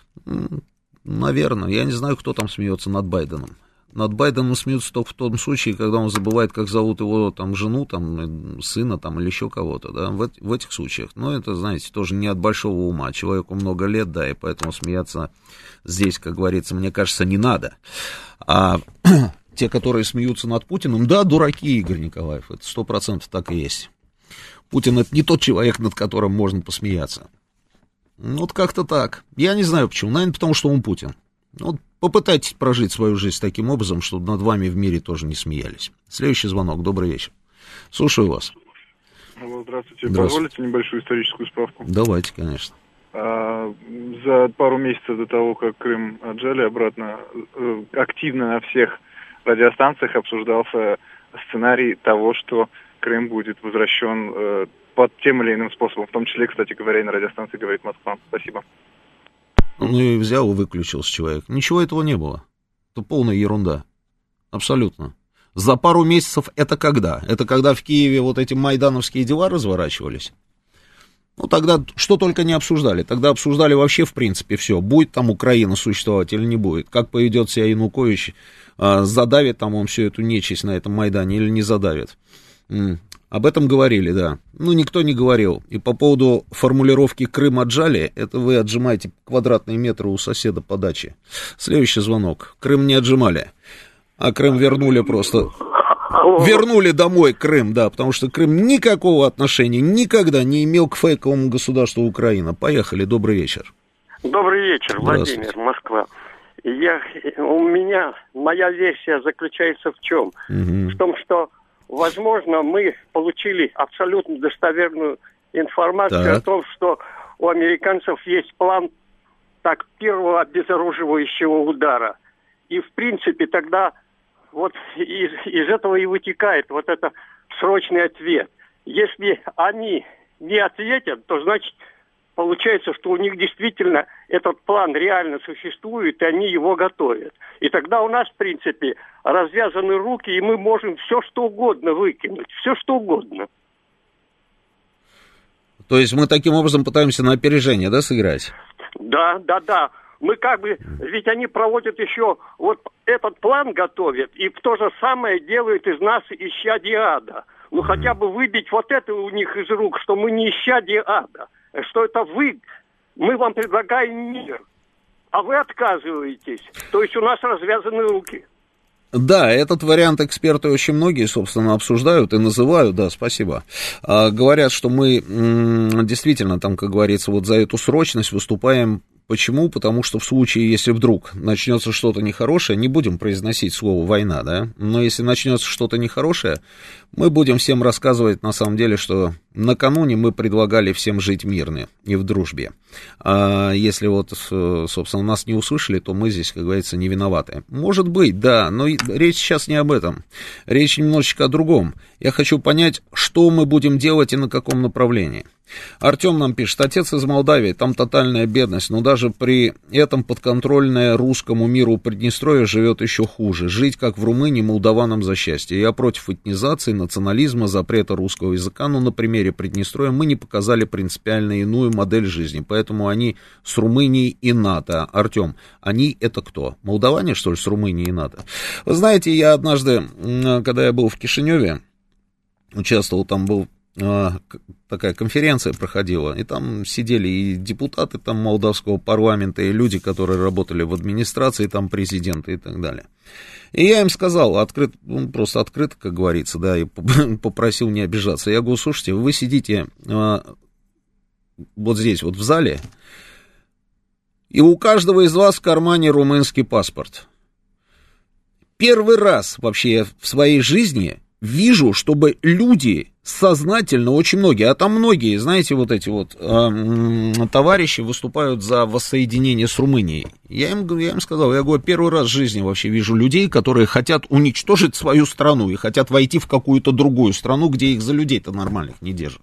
Наверное, я не знаю, кто там смеется над Байденом. Над Байденом смеются только в том случае, когда он забывает, как зовут его там жену, там, сына там, или еще кого-то, да, в, в этих случаях. Но это, знаете, тоже не от большого ума. Человеку много лет, да, и поэтому смеяться здесь, как говорится, мне кажется, не надо. А те, которые смеются над Путиным, да, дураки, Игорь Николаев, это сто процентов так и есть. Путин — это не тот человек, над которым можно посмеяться. Ну, вот как-то так. Я не знаю почему. Наверное, потому что он Путин. Вот попытайтесь прожить свою жизнь таким образом, чтобы над вами в мире тоже не смеялись. Следующий звонок. Добрый вечер. Слушаю вас. Алло, здравствуйте. Здравствуйте. Позволите небольшую историческую справку? Давайте, конечно. А, за пару месяцев до того, как Крым отжали обратно, активно на всех радиостанциях обсуждался сценарий того, что Крым будет возвращен под тем или иным способом, в том числе, кстати говоря, и на радиостанции «Говорит Москва». Спасибо. Ну и взял и выключился человек. Ничего этого не было. Это полная ерунда. Абсолютно. За пару месяцев это когда? Это когда в Киеве вот эти майдановские дела разворачивались? Ну, тогда что только не обсуждали. Тогда обсуждали вообще, в принципе, все. Будет там Украина существовать или не будет. Как поведет себя Янукович, задавит там он всю эту нечисть на этом Майдане или не задавит. Об этом говорили, да. Ну, никто не говорил. И по поводу формулировки «Крым отжали», это вы отжимаете квадратные метры у соседа по даче. Следующий звонок. Крым не отжимали, а Крым вернули просто... Вернули домой Крым, да, потому что Крым никакого отношения никогда не имел к фейковому государству Украина. Поехали, добрый вечер. Добрый вечер, Владимир, Москва. Я, у меня, моя версия заключается в чем? Угу. В том, что, возможно, мы получили абсолютно достоверную информацию так. о том, что у американцев есть план так первого обезоруживающего удара. И, в принципе, тогда... Вот из, из этого и вытекает вот это срочный ответ. Если они не ответят, то значит получается, что у них действительно этот план реально существует, и они его готовят. И тогда у нас, в принципе, развязаны руки, и мы можем все что угодно выкинуть, все что угодно. То есть мы таким образом пытаемся на опережение, да, сыграть? Да, да, да. Мы как бы, ведь они проводят еще, вот этот план готовят, и в то же самое делают из нас исчадие ада. Ну, хотя бы выбить вот это у них из рук, что мы не исчадие ада, что это вы, мы вам предлагаем мир, а вы отказываетесь. То есть у нас развязаны руки. Да, этот вариант эксперты очень многие, собственно, обсуждают и называют, да, спасибо. А, говорят, что мы м- действительно там, как говорится, вот за эту срочность выступаем. Почему? Потому что в случае, если вдруг начнется что-то нехорошее, не будем произносить слово «война», да, но если начнется что-то нехорошее, мы будем всем рассказывать, на самом деле, что накануне мы предлагали всем жить мирно и в дружбе. А если вот, собственно, нас не услышали, то мы здесь, как говорится, не виноваты. Может быть, да, но речь сейчас не об этом. Речь немножечко о другом. Я хочу понять, что мы будем делать и на каком направлении. Артем нам пишет: отец из Молдавии, там тотальная бедность, но даже при этом подконтрольное русскому миру Приднестровье живет еще хуже. Жить, как в Румынии, молдаванам за счастье. Я против этнизации, национализма, запрета русского языка, но на примере Приднестровья мы не показали принципиально иную модель жизни, поэтому они с Румынией и НАТО. Артем, они это кто? Молдаване, что ли, с Румынией и НАТО? Вы знаете, я однажды, когда я был в Кишиневе, участвовал, там был... такая конференция проходила, и там сидели и депутаты там молдавского парламента, и люди, которые работали в администрации, там президенты и так далее. И я им сказал, открыто, ну, просто открыто, как говорится, да, и попросил не обижаться. Я говорю: слушайте, вы сидите а, вот здесь, вот в зале, и у каждого из вас в кармане румынский паспорт. Первый раз вообще я в своей жизни вижу, чтобы люди сознательно, очень многие, а там многие, знаете, вот эти вот э, товарищи выступают за воссоединение с Румынией. Я им, я им сказал, я говорю, первый раз в жизни вообще вижу людей, которые хотят уничтожить свою страну и хотят войти в какую-то другую страну, где их за людей-то нормальных не держат.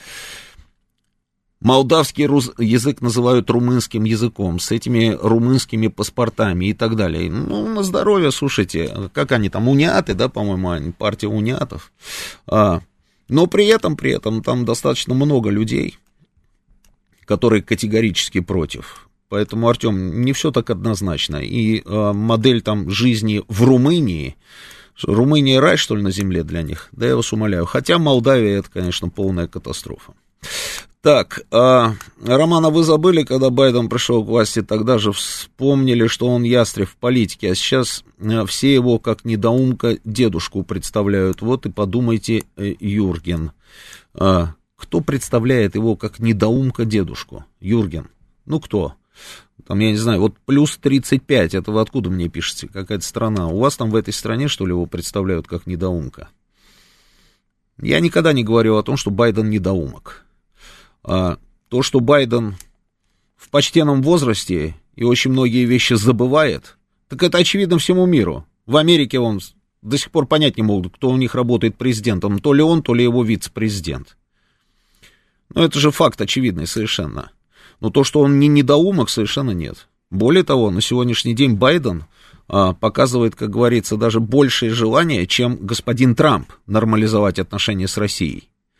Молдавский язык называют румынским языком, с этими румынскими паспортами и так далее. Ну, на здоровье, слушайте, как они там, униаты, да, по-моему, партия униатов. А, но при этом, при этом там достаточно много людей, которые категорически против. Поэтому, Артем, не все так однозначно. И а, модель там жизни в Румынии, Румыния рай, что ли, на земле для них? Да я вас умоляю. Хотя Молдавия, это, конечно, полная катастрофа. Так, а, Романа, вы забыли, когда Байден пришел к власти, тогда же вспомнили, что он ястреб в политике, а сейчас все его как недоумка дедушку представляют. Вот и подумайте, Юрген, а, кто представляет его как недоумка дедушку? Юрген, ну кто? Там, я не знаю, вот плюс тридцать пять, это вы откуда мне пишете? Какая-то страна. У вас там в этой стране, что ли, его представляют как недоумка? Я никогда не говорю о том, что Байден недоумок. А то, что Байден в почтенном возрасте и очень многие вещи забывает, так это очевидно всему миру. В Америке он до сих пор понять не могут, кто у них работает президентом, то ли он, то ли его вице-президент. Но это же факт очевидный совершенно. Но то, что он не недоумок, совершенно нет. Более того, на сегодняшний день Байден а, показывает, как говорится, даже большее желание, чем господин Трамп, нормализовать отношения с Россией.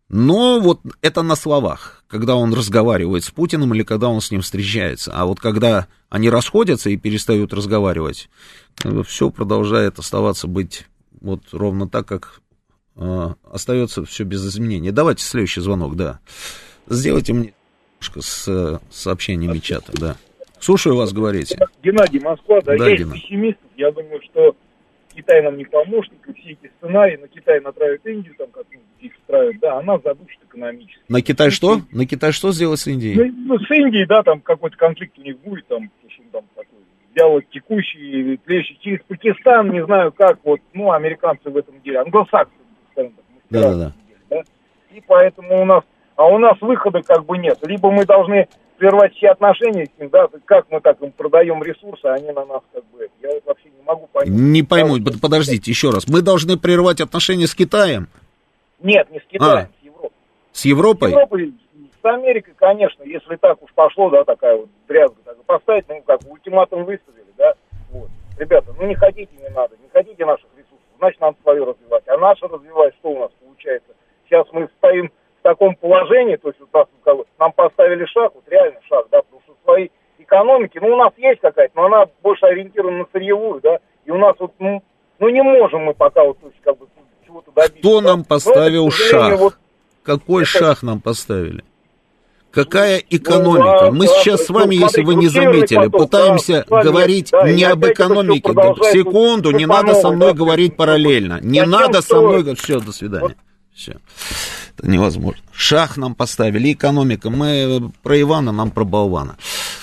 Но вот это на словах, когда он разговаривает с Путиным или когда он с ним встречается. А вот когда они расходятся и перестают разговаривать, все продолжает оставаться быть вот ровно так, как э, остается все без изменений. Давайте следующий звонок, да. Сделайте мне с э, сообщениями чата, да. Слушаю вас, говорите. Геннадий, Москва, да, да я из пессимистов, я думаю, что Китай нам не помощник, и все эти сценарии, на Китай натравят Индию, там как-нибудь их строят, да, она задушит экономически. На Китай что? На Китай что сделать с Индией? Ну, ну, с Индией, да, там какой-то конфликт у них будет, там, в общем, там такой вяло текущий, тлеющий, через Пакистан, не знаю как, вот, ну, американцы в этом деле, англосаксы, скажем так, да, да, да. да, и поэтому у нас, а у нас выхода как бы нет, либо мы должны прервать все отношения с ним, да, как мы так им продаем ресурсы, а они на нас как бы, я вот вообще не могу понять. Не пойму, да, подождите, еще раз, мы должны прервать отношения с Китаем? Нет, не с Китаем, а, с Европой. С Европой? С Европой, с Америкой, конечно, если так уж пошло, да, такая вот дрязга, так, поставить, ну, как ультиматум выставили, да, вот. Ребята, ну, не хотите, не надо, не хотите наших ресурсов, значит, надо свое развивать, а наше развивать, что у нас получается? Сейчас мы стоим в таком положении, то есть вот нас, как бы, нам поставили шаг, вот реально шаг, да, потому что свои экономики, ну, у нас есть какая-то, но она больше ориентирована на сырьевую, да, и у нас вот, ну, ну не можем мы пока вот, то есть, как бы, чего-то добиться. Кто нам поставил это, шаг? вот, Какой это... шаг нам поставили? Какая экономика? Мы сейчас с вами, если вы не заметили, пытаемся говорить не об экономике. Секунду, не надо со мной говорить параллельно. Не надо со мной говорить. Все, до свидания. Все. Это невозможно. Шаг нам поставили, экономика. Мы про Ивана, нам про болвана.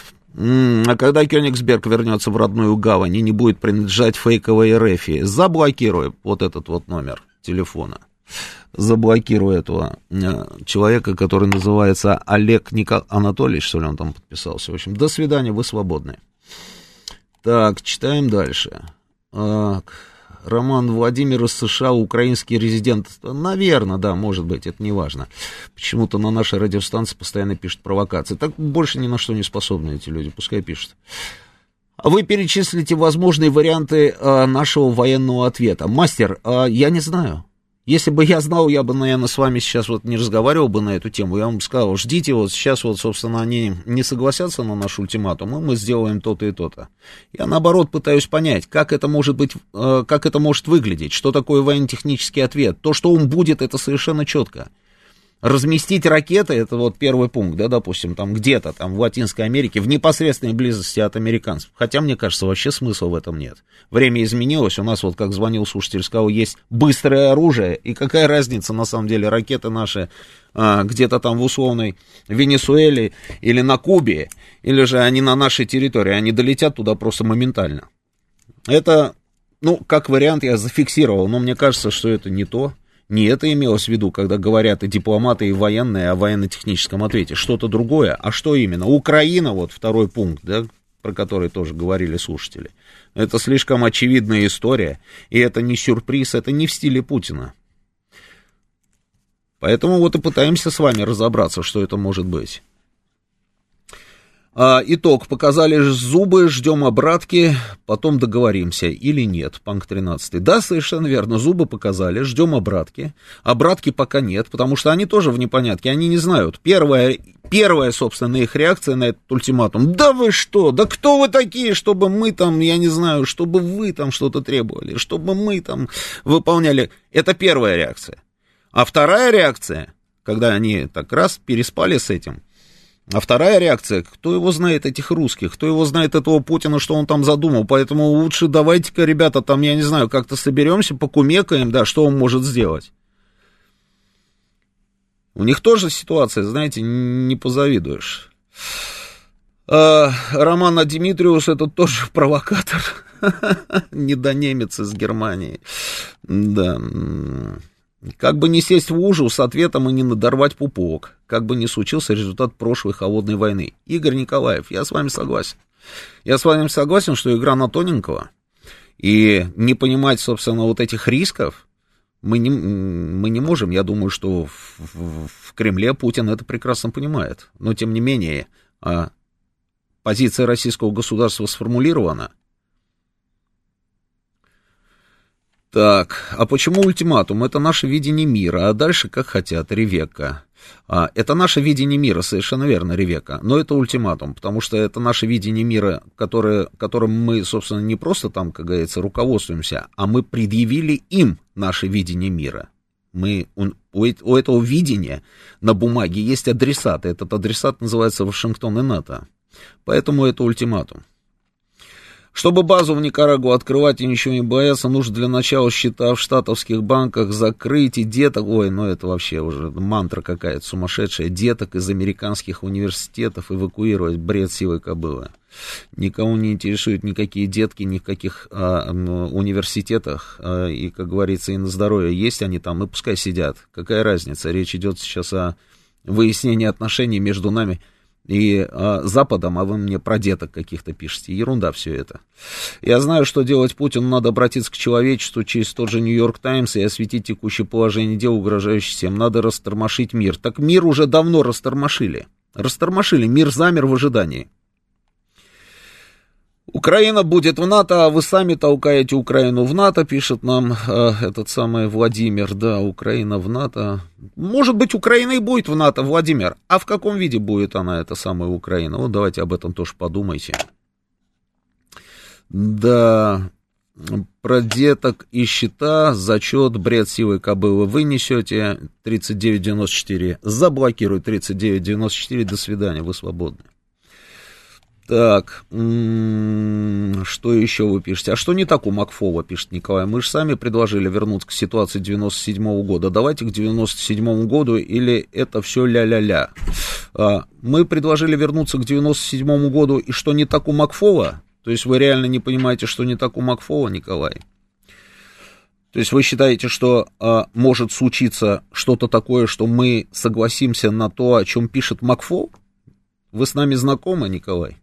А когда Кёнигсберг вернется в родную гавань и не будет принадлежать фейковой РФ, заблокируй вот этот вот номер телефона. Заблокирую этого человека, который называется Олег Никол... Анатольевич, что ли, он там подписался. В общем, до свидания, вы свободны. Так, читаем дальше. Так, Роман Владимир из США, украинский резидент. Наверное, да, может быть, это не важно. Почему-то на нашей радиостанции постоянно пишут провокации. Так больше ни на что не способны эти люди, пускай пишут. Вы перечислите возможные варианты а, нашего военного ответа. Мастер, а, я не знаю. Если бы я знал, я бы, наверное, с вами сейчас вот не разговаривал бы на эту тему. Я вам сказал, ждите, вот сейчас вот, собственно, они не согласятся на наш ультиматум, и мы сделаем то-то и то-то. Я, наоборот, пытаюсь понять, как это может быть, как это может выглядеть, что такое военно-технический ответ. То, что он будет, это совершенно четко. Разместить ракеты, это вот первый пункт, да, допустим, там где-то там в Латинской Америке, в непосредственной близости от американцев. Хотя, мне кажется, вообще смысла в этом нет. Время изменилось, у нас вот, как звонил слушатель, сказал, есть быстрое оружие, и какая разница, на самом деле, ракеты наши а, где-то там в условной Венесуэле или на Кубе, или же они на нашей территории, они долетят туда просто моментально. Это, ну, как вариант я зафиксировал, но мне кажется, что это не то. Не это имелось в виду, когда говорят и дипломаты, и военные о военно-техническом ответе. Что-то другое. А что именно? Украина, вот второй пункт, да, про который тоже говорили слушатели. Это слишком очевидная история, и это не сюрприз, это не в стиле Путина. Поэтому вот и пытаемся с вами разобраться, что это может быть. А, итог. Показали зубы, ждем обратки, потом договоримся или нет. Панк тринадцатый. Да, совершенно верно, зубы показали, ждем обратки. Обратки пока нет, потому что они тоже в непонятке, они не знают. Первая, первая, собственно, их реакция на этот ультиматум. Да вы что, да кто вы такие, чтобы мы там, я не знаю, чтобы вы там что-то требовали, чтобы мы там выполняли. Это первая реакция. А вторая реакция, когда они так раз переспали с этим. А вторая реакция, кто его знает, этих русских, кто его знает, этого Путина, что он там задумал, поэтому лучше давайте-ка, ребята, там, я не знаю, как-то соберемся, покумекаем, да, что он может сделать. У них тоже ситуация, знаете, не позавидуешь. А, Роман Димитриус, это тоже провокатор, недонемец из Германии, да. Как бы не сесть в лужу с ответом и не надорвать пупок, как бы не случился результат прошлой холодной войны. Игорь Николаев, я с вами согласен. Я с вами согласен, что игра на тоненького, и не понимать, собственно, вот этих рисков мы не, мы не можем. Я думаю, что в, в, в Кремле Путин это прекрасно понимает. Но, тем не менее, позиция российского государства сформулирована. Так, а почему ультиматум? Это наше видение мира, а дальше как хотят, Ревекка. А, это наше видение мира, совершенно верно, Ревекка, но это ультиматум, потому что это наше видение мира, которое, которым мы, собственно, не просто там, как говорится, руководствуемся, а мы предъявили им наше видение мира. Мы, у, у этого видения на бумаге есть адресат, этот адресат называется Вашингтон и НАТО, поэтому это ультиматум. Чтобы базу в Никарагуа открывать и ничего не бояться, нужно для начала счета в штатовских банках закрыть и деток, ой, ну это вообще уже мантра какая-то сумасшедшая, деток из американских университетов эвакуировать, бред сивой кобылы. Никого не интересуют никакие детки, ни в каких а, университетах, а, и, как говорится, и на здоровье есть они там, и пускай сидят. Какая разница? Речь идет сейчас о выяснении отношений между нами и а, Западом, а вы мне про деток каких-то пишете. Ерунда все это. Я знаю, что делать Путину. Надо обратиться к человечеству через тот же Нью-Йорк Таймс и осветить текущее положение дел, угрожающее всем. Надо растормошить мир. Так мир уже давно растормошили. Растормошили. Мир замер в ожидании. Украина будет в НАТО, а вы сами толкаете Украину в НАТО, пишет нам э, этот самый Владимир. Да, Украина в НАТО. Может быть, Украина и будет в НАТО, Владимир. А в каком виде будет она, эта самая Украина? Вот давайте об этом тоже подумайте. Да, про деток и счета, зачет, бред сивой кобылы вы несете. тридцать девять девяносто четыре. Заблокируй тридцать девять девяносто четыре. До свидания, вы свободны. Так, м-м, что еще вы пишете? А что не так у Макфова, пишет Николай? Мы же сами предложили вернуться к ситуации девяносто седьмого года. Давайте к девяносто седьмому году, или это все ля-ля-ля. А, мы предложили вернуться к девяносто седьмому году, и что не так у Макфова? То есть вы реально не понимаете, что не так у Макфова, Николай? То есть вы считаете, что а, может случиться что-то такое, что мы согласимся на то, о чем пишет Макфов? Вы с нами знакомы, Николай?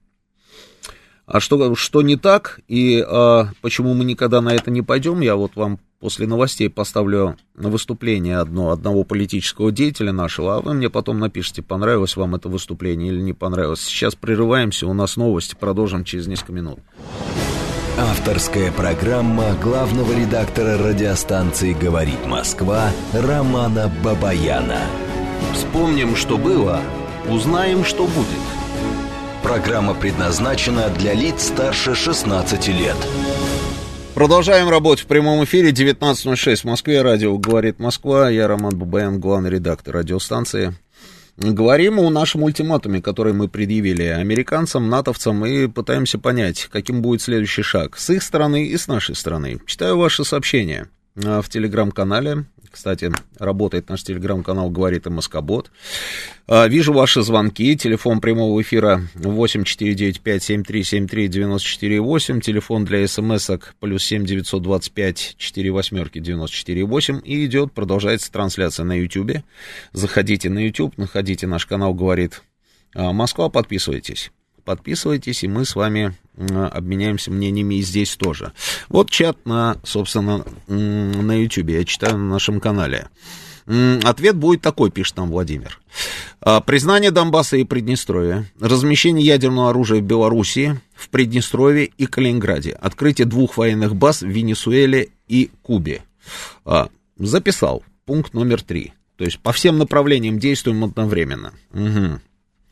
А что, что не так, и а, почему мы никогда на это не пойдем, я вот вам после новостей поставлю на выступление одно, одного политического деятеля нашего, а вы мне потом напишите, понравилось вам это выступление или не понравилось. Сейчас прерываемся, у нас новости, продолжим через несколько минут. Авторская программа главного редактора радиостанции «Говорит Москва» Романа Бабаяна. Вспомним, что было, узнаем, что будет. Программа предназначена для лиц старше шестнадцати лет. Продолжаем работать в прямом эфире. девятнадцать ноль шесть в Москве. Радио «Говорит Москва». Я Роман Бабаян, главный редактор радиостанции. Говорим о нашем ультиматуме, который мы предъявили американцам, натовцам, и пытаемся понять, каким будет следующий шаг с их стороны и с нашей стороны. Читаю ваши сообщения в телеграм-канале. Кстати, работает наш телеграм-канал «Говорит МСК-бот». Вижу ваши звонки. Телефон прямого эфира восемь четыре девять пять семь три семь три девять четыре восемь. Телефон для смс-ок плюс семь девятьсот двадцать пять четыре восьмерки девяносто четыре восемь. И идет, продолжается трансляция на Ютьюбе. Заходите на Ютьюб, находите наш канал «Говорит Москва», подписывайтесь. Подписывайтесь, и мы с вами обменяемся мнениями и здесь тоже. Вот чат, на, собственно, на Ютьюбе, я читаю на нашем канале. Ответ будет такой, пишет нам Владимир. Признание Донбасса и Приднестровья, размещение ядерного оружия в Белоруссии, в Приднестровье и Калининграде, открытие двух военных баз в Венесуэле и Кубе. Записал. Пункт номер три. То есть по всем направлениям действуем одновременно. Угу.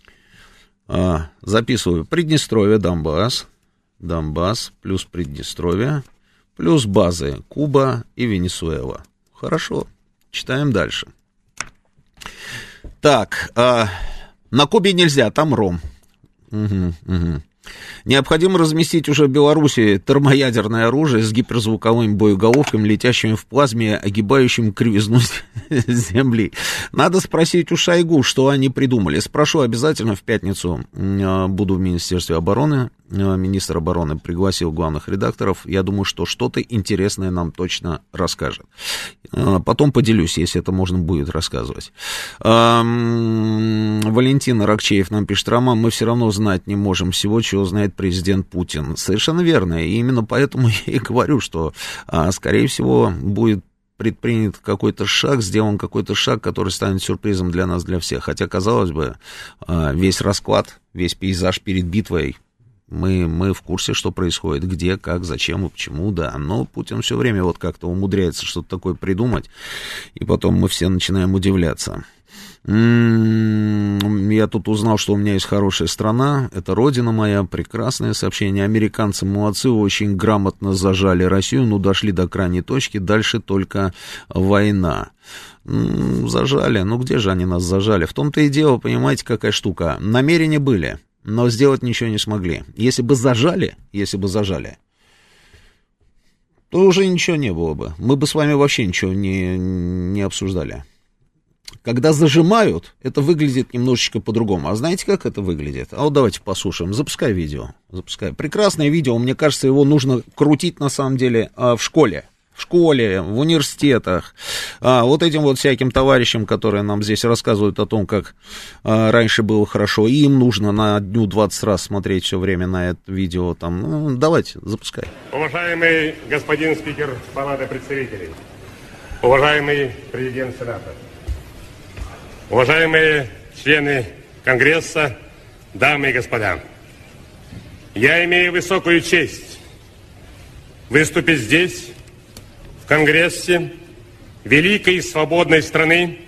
А, записываю. Приднестровье, Донбасс, Донбасс плюс Приднестровье, плюс базы Куба и Венесуэла. Хорошо, читаем дальше. Так, а, на Кубе нельзя, там ром. Угу, угу. Необходимо разместить уже в Беларуси термоядерное оружие с гиперзвуковыми боеголовками, летящими в плазме, огибающим кривизну Земли. Надо спросить у Шойгу, что они придумали. Спрошу обязательно в пятницу. Буду в Министерстве обороны. Министр обороны пригласил главных редакторов. Я думаю, что что-то интересное нам точно расскажет. Потом поделюсь, если это можно будет рассказывать. Валентин Рокчеев нам пишет: Роман, мы все равно знать не можем всего, чего знает президент Путин. Совершенно верно. И именно поэтому я и говорю, что, скорее всего, будет предпринят какой-то шаг, сделан какой-то шаг, который станет сюрпризом для нас, для всех. Хотя, казалось бы, весь расклад, весь пейзаж перед битвой Мы, мы в курсе, что происходит, где, как, зачем и почему, да. Но Путин все время вот как-то умудряется что-то такое придумать, и потом мы все начинаем удивляться. М-м-м, я тут узнал, что у меня есть хорошая страна, это родина моя, прекрасное сообщение. Американцы молодцы, очень грамотно зажали Россию, ну, дошли до крайней точки, дальше только война. М-м, зажали, ну, где же они нас зажали? В том-то и дело, понимаете, какая штука. Намерения были, но сделать ничего не смогли. Если бы зажали, если бы зажали, то уже ничего не было бы. Мы бы с вами вообще ничего не, не обсуждали. Когда зажимают, это выглядит немножечко по-другому. А знаете, как это выглядит? А вот давайте послушаем. Запускай видео. Запускай. Прекрасное видео. Мне кажется, его нужно крутить, на самом деле, в школе. В школе, в университетах. А, вот этим вот всяким товарищам, которые нам здесь рассказывают о том, как а, раньше было хорошо, им нужно на дню двадцать раз смотреть все время на это видео. Там. Ну, давайте, запускай. Уважаемый господин спикер Палаты представителей, уважаемый президент Сената, уважаемые члены Конгресса, дамы и господа, я имею высокую честь выступить здесь, в Конгрессе великой и свободной страны,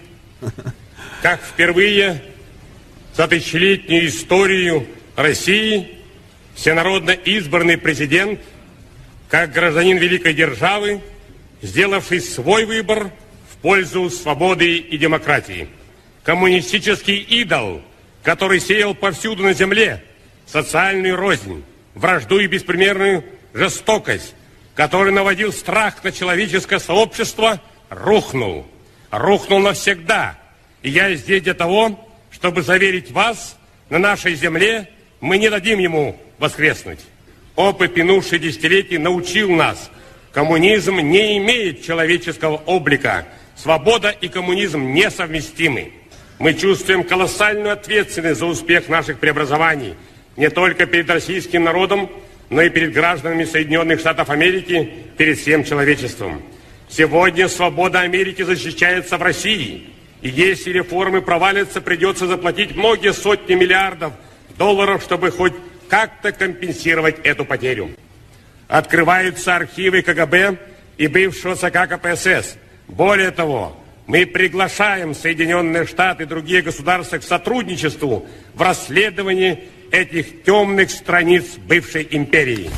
как впервые за тысячелетнюю историю России всенародно избранный президент, как гражданин великой державы, сделавший свой выбор в пользу свободы и демократии. Коммунистический идол, который сеял повсюду на земле социальную рознь, вражду и беспримерную жестокость, который наводил страх на человеческое сообщество, рухнул. Рухнул навсегда. И я здесь для того, чтобы заверить вас, на нашей земле мы не дадим ему воскреснуть. Опыт минувших десятилетий научил нас, коммунизм не имеет человеческого облика. Свобода и коммунизм несовместимы. Мы чувствуем колоссальную ответственность за успех наших преобразований не только перед российским народом, но и перед гражданами Соединенных Штатов Америки, перед всем человечеством. Сегодня свобода Америки защищается в России. И если реформы провалятся, придется заплатить многие сотни миллиардов долларов, чтобы хоть как-то компенсировать эту потерю. Открываются архивы КГБ и бывшего ЦК КПСС. Более того, мы приглашаем Соединенные Штаты и другие государства к сотрудничеству в расследовании этих темных страниц бывшей империи.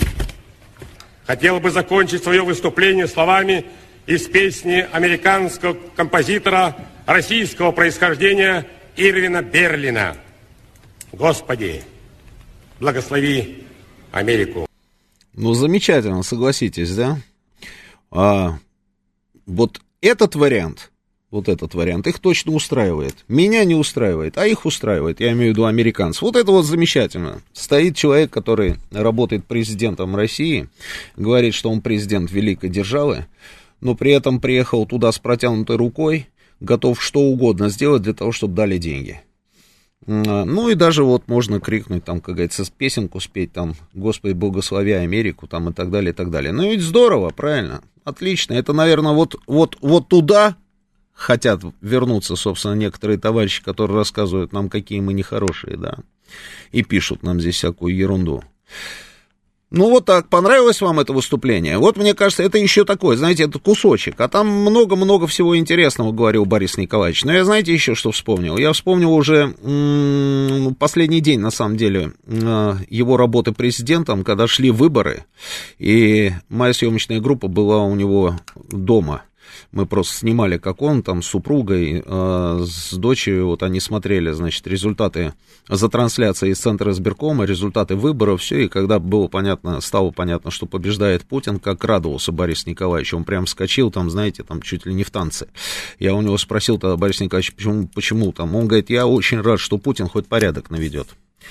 Хотел бы закончить свое выступление словами из песни американского композитора российского происхождения Ирвина Берлина. Господи, благослови Америку. Ну, замечательно, согласитесь, да? А, вот этот вариант... Вот этот вариант, их точно устраивает. Меня не устраивает, а их устраивает, я имею в виду американцев. Вот это вот замечательно. Стоит человек, который работает президентом России, говорит, что он президент великой державы, но при этом приехал туда с протянутой рукой, готов что угодно сделать для того, чтобы дали деньги. Ну и даже вот можно крикнуть, там, как говорится, песенку спеть, там, «Господи, благослови Америку», там, и так далее, и так далее. Ну ведь здорово, правильно, отлично. Это, наверное, вот, вот, вот туда... хотят вернуться, собственно, некоторые товарищи, которые рассказывают нам, какие мы нехорошие, да, и пишут нам здесь всякую ерунду. Ну, вот так, понравилось вам это выступление? Вот, мне кажется, это еще такое, знаете, это кусочек, а там много-много всего интересного, говорил Борис Николаевич. Но я, знаете, еще что вспомнил? Я вспомнил уже м-м, последний день, на самом деле, его работы президентом, когда шли выборы, и моя съемочная группа была у него дома. Мы просто снимали, как он там с супругой, э, с дочерью, вот они смотрели, значит, результаты за трансляцией из центра избиркома, результаты выборов, все, и когда было понятно, стало понятно, что побеждает Путин, как радовался Борис Николаевич, он прям вскочил, там, знаете, там, чуть ли не в танце. Я у него спросил тогда, Борис Николаевич, почему, почему там, он говорит, я очень рад, что Путин хоть порядок наведет.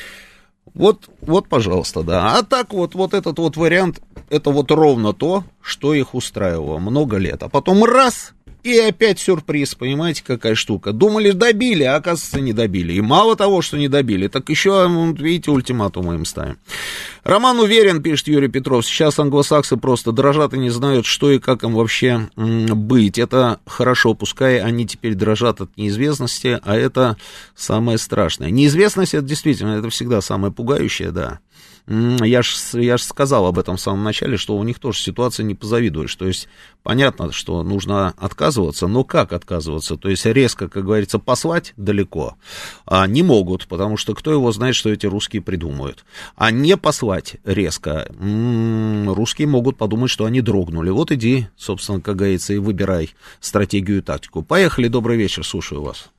Вот, вот, пожалуйста, да. А так вот, вот этот вот вариант, это вот ровно то, что их устраивало много лет. А потом раз, и опять сюрприз, понимаете, какая штука. Думали, добили, а оказывается, не добили. И мало того, что не добили, так еще, вот, видите, ультиматумы им ставим. Роман уверен, пишет Юрий Петров, сейчас англосаксы просто дрожат и не знают, что и как им вообще м, быть. Это хорошо, пускай они теперь дрожат от неизвестности, а это самое страшное. Неизвестность, это действительно, это всегда самое пугающее, да. Я же я ж сказал об этом в самом начале, что у них тоже ситуация не позавидуешь. То есть понятно, что нужно отказываться, но как отказываться? То есть резко, как говорится, послать далеко а не могут, потому что кто его знает, что эти русские придумают. А не послать резко, м-м, русские могут подумать, что они дрогнули. Вот иди, собственно, как говорится, и выбирай стратегию и тактику. Поехали, добрый вечер, слушаю вас.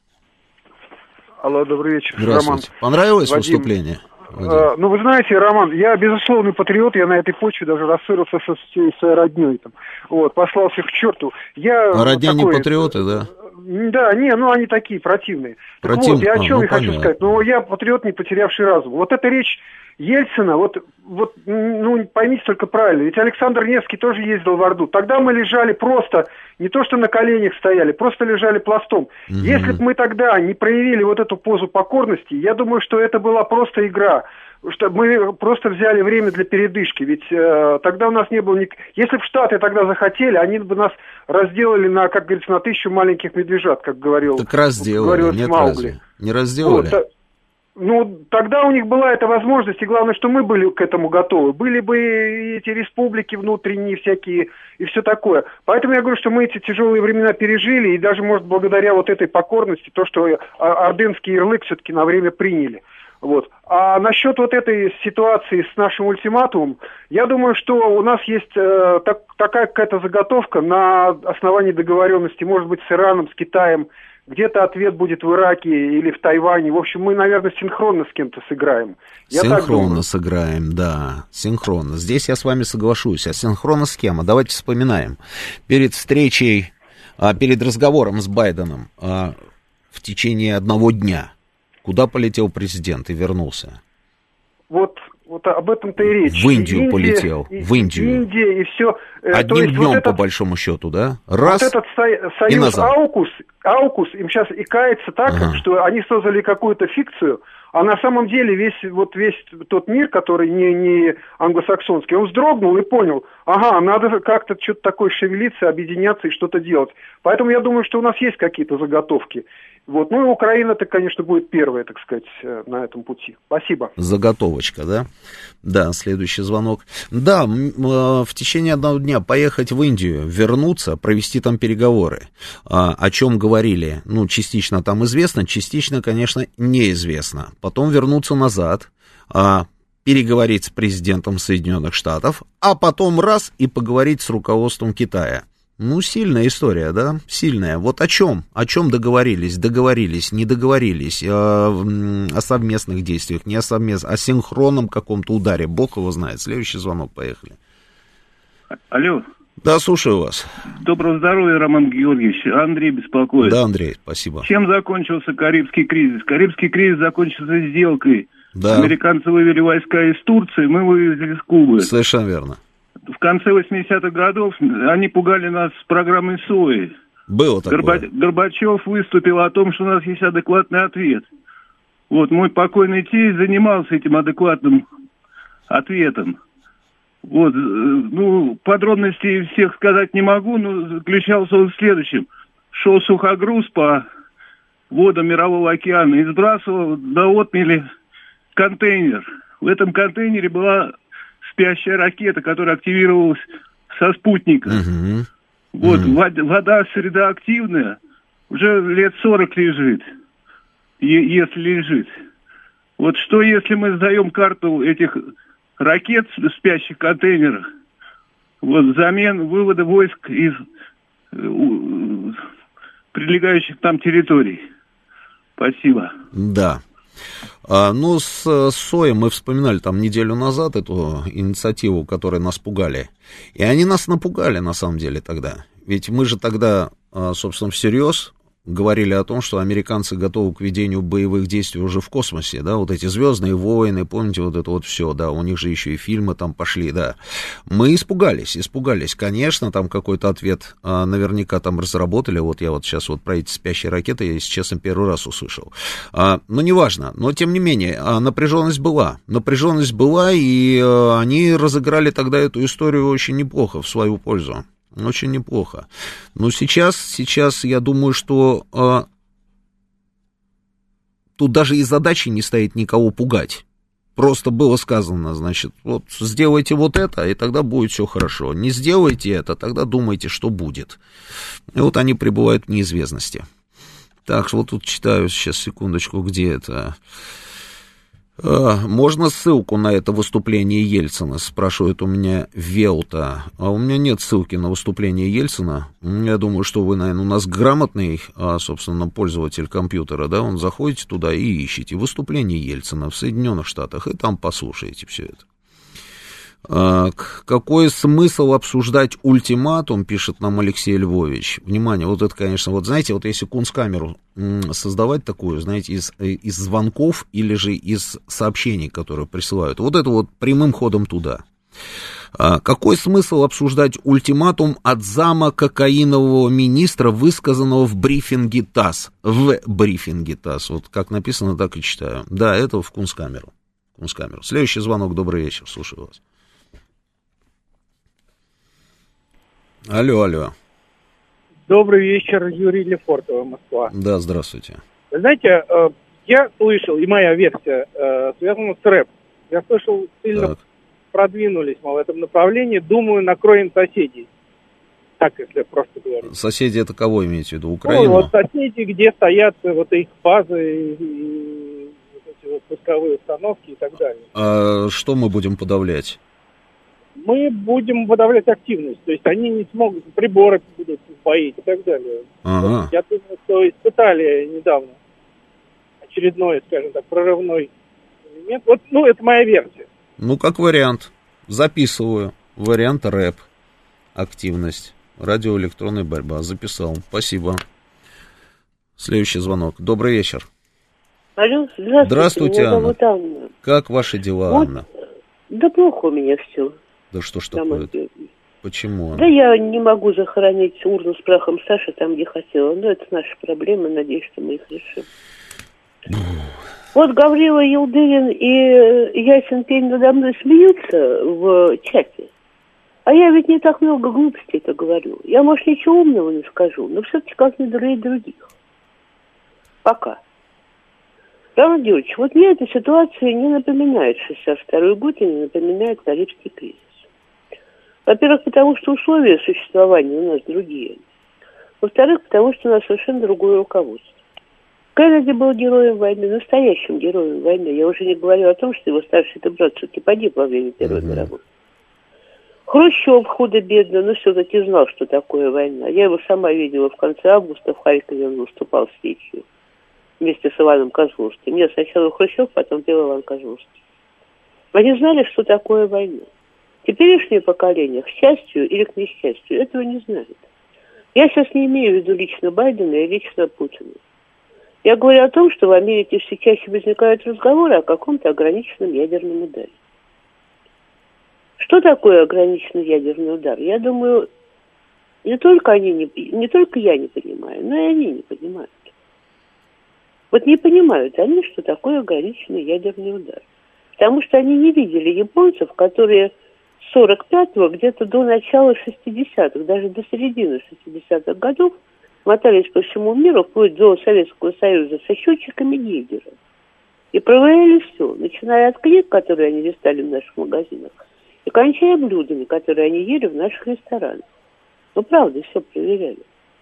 Алло, добрый вечер, Здравствуйте. Роман. Понравилось Вадим. выступление? Uh, ну, вы знаете, Роман, я безусловный патриот, я на этой почве даже рассорился со всей своей родней, там, вот, послал всех к черту. Я а родня такой, не патриоты, да? Да, не, ну, они такие противные. Против... Так вот, я о чем а, ну, я хочу сказать, ну, я патриот, не потерявший разум. Вот эта речь Ельцина, вот, вот, ну, поймите только правильно, ведь Александр Невский тоже ездил в Орду. Тогда мы лежали просто, не то что на коленях стояли, просто лежали пластом. Угу. Если бы мы тогда не проявили вот эту позу покорности, я думаю, что это была просто игра. Что мы просто взяли время для передышки, ведь э, тогда у нас не было... Ник... Если бы Штаты тогда захотели, они бы нас разделали на, как говорится, на тысячу маленьких медвежат, как говорил... Так разделали, говорил нет Маугли. разве? Не разделали? Вот, ну, тогда у них была эта возможность, и главное, что мы были к этому готовы. Были бы эти республики внутренние всякие и все такое. Поэтому я говорю, что мы эти тяжелые времена пережили, и даже, может, благодаря вот этой покорности, то, что ордынский ярлык все-таки на время приняли. Вот. А насчет вот этой ситуации с нашим ультиматумом, я думаю, что у нас есть э, так, такая какая-то заготовка на основании договоренности, может быть, с Ираном, с Китаем, где-то ответ будет в Ираке или в Тайване. В общем, мы, наверное, синхронно с кем-то сыграем. Я синхронно сыграем, да, синхронно. Здесь я с вами соглашусь. А синхронно с кем? А давайте вспоминаем. Перед встречей, а, перед разговором с Байденом а, в течение одного дня куда полетел президент и вернулся? Вот, вот об этом-то и речь. В Индию Индия, полетел, и, в Индию. Индия и все. Одним есть днем, вот этот, по большому счету, да? Раз, вот этот со- союз Аукус, Аукус им сейчас икается так, ага. что они создали какую-то фикцию, а на самом деле весь, вот весь тот мир, который не, не англосаксонский, он вздрогнул и понял, ага, надо как-то что-то такое шевелиться, объединяться и что-то делать. Поэтому я думаю, что у нас есть какие-то заготовки. Вот. Ну и Украина-то, конечно, будет первая, так сказать, на этом пути. Спасибо. Заготовочка, да? Да, следующий звонок. Да, в течение одного дня поехать в Индию, вернуться, провести там переговоры. О чем говорили? Ну, частично там известно, частично, конечно, неизвестно. Потом вернуться назад, переговорить с президентом Соединенных Штатов, а потом раз и поговорить с руководством Китая. Ну, сильная история, да, сильная. Вот о чем? О чем договорились? Договорились, не договорились, о, о совместных действиях, не о совместных, о синхронном каком-то ударе. Бог его знает. Следующий звонок, поехали. Алло. Да, слушаю вас. Доброго здоровья, Роман Георгиевич. Андрей беспокоит. Да, Андрей, спасибо. Чем закончился Карибский кризис? Карибский кризис закончился сделкой. Да. Американцы вывели войска из Турции, мы вывезли из Кубы. Совершенно верно. В конце восьмидесятых годов они пугали нас с программой СОИ. Было такое. Горба... Горбачев выступил о том, что у нас есть адекватный ответ. Вот, мой покойный тесть занимался этим адекватным ответом. Вот, ну, подробностей всех сказать не могу, но заключался он в следующем. Шел сухогруз по водам Мирового океана и сбрасывал до отмели контейнер. В этом контейнере была спящая ракета, которая активировалась со спутника. Uh-huh. Вот, uh-huh. вода среда активная, уже лет сорок лежит, е- если лежит. Вот что, если мы сдаем карту этих ракет в спящих контейнерах, вот, взамен вывода войск из э, прилегающих там территорий? Спасибо. Да. А, ну, с СОИ мы вспоминали там неделю назад эту инициативу, которой нас пугали. И они нас напугали, на самом деле, тогда. Ведь мы же тогда, собственно, всерьез говорили о том, что американцы готовы к ведению боевых действий уже в космосе, да, вот эти «Звездные войны», помните, вот это вот все, да, у них же еще и фильмы там пошли, да. Мы испугались, испугались, конечно, там какой-то ответ а, наверняка там разработали, вот я вот сейчас вот про эти спящие ракеты, я, если честно, первый раз услышал. А, но неважно, но тем не менее, а, напряженность была, напряженность была, и а, они разыграли тогда эту историю очень неплохо, в свою пользу. Очень неплохо. Но сейчас, сейчас я думаю, что э, тут даже и задачи не стоит никого пугать. просто было сказано, значит, вот сделайте вот это, и тогда будет все хорошо. Не сделайте это, тогда думайте, что будет. И вот они пребывают в неизвестности. Так, вот тут читаю, сейчас, секундочку, где это... Можно ссылку на это выступление Ельцина, спрашивает у меня Велта. А у меня нет ссылки на выступление Ельцина. Я думаю, что вы, наверное, у нас грамотный, собственно, пользователь компьютера, да, он заходите туда и ищете выступление Ельцина в Соединенных Штатах, и там послушаете все это. Какой смысл обсуждать ультиматум, пишет нам Алексей Львович. Внимание, вот это, конечно, вот знаете, вот если кунсткамеру создавать такую, знаете, из, из звонков или же из сообщений, которые присылают, вот это вот прямым ходом туда. Какой смысл обсуждать ультиматум от зама кокаинового министра, высказанного в брифинге ТАСС? В брифинге ТАСС, вот как написано, так и читаю. Да, это в кунсткамеру. Кунсткамеру. Следующий звонок, добрый вечер, слушаю вас. Алло, алло. Добрый вечер, Юрий Лефортово, Москва. Да, здравствуйте. Вы знаете, я слышал, и моя версия связана с рэп. Я слышал, сильно так. продвинулись мы в этом направлении. Думаю, накроем соседей. Так, если просто говорить. Соседи это кого имеете в виду? Украину? Ну, вот соседи, где стоят вот их базы, и вот эти вот пусковые установки и так далее. А что мы будем подавлять? Мы будем подавлять активность, то есть они не смогут, приборы будут сбоить и так далее. Ага. Я думаю, что испытали недавно очередной, скажем так, прорывной элемент. Вот, ну, это моя версия. Ну, как вариант. Записываю. Вариант рэп. Активность. Радиоэлектронная борьба. Записал. Спасибо. Следующий звонок. Добрый вечер. Алло, здравствуйте. Здравствуйте, меня Анна. зовут Анна. Как ваши дела, вот, Анна? Да плохо у меня все. Да что ж такое? Почему? Анна? Да я не могу захоронить урну с прахом Саши там, где хотела. Но это наши проблемы. Надеюсь, что мы их решим. Вот Гаврила Елдырин и Ясен Пень надо мной смеются в чате. А я ведь не так много глупостей это говорю. Я, может, ничего умного не скажу, но все-таки как не дурее других. Пока. Роман Георгиевич, вот мне эта ситуация не напоминает шестьдесят второй год и не напоминает Карибский кризис. Во-первых, потому что условия существования у нас другие. Во-вторых, потому что у нас совершенно другое руководство. Кеннеди был героем войны, настоящим героем войны. Я уже не говорю о том, что его старший брат все-таки погиб во время Первой mm-hmm. мировой. Хрущев худо-бедно, но все-таки знал, что такое война. Я его сама видела в конце августа в Харькове, он выступал с речью вместе с Иваном Козловским. Нет, сначала Хрущев, потом пел Иван Козловский. Они знали, что такое война. Теперешнее поколение, к счастью или к несчастью, этого не знает. Я сейчас не имею в виду лично Байдена и лично Путина. Я говорю о том, что в Америке все чаще возникают разговоры о каком-то ограниченном ядерном ударе. Что такое ограниченный ядерный удар? Я думаю, не только они не, не только я не понимаю, но и они не понимают. Вот не понимают они, что такое ограниченный ядерный удар. Потому что они не видели японцев, которые с сорок пятого где-то до начала шестидесятых, даже до середины шестидесятых годов мотались по всему миру, вплоть до Советского Союза, со счетчиками Гейгера. И проверяли все, начиная от книг, которые они листали в наших магазинах, и кончая блюдами, которые они ели в наших ресторанах. Ну, правда, все проверяли.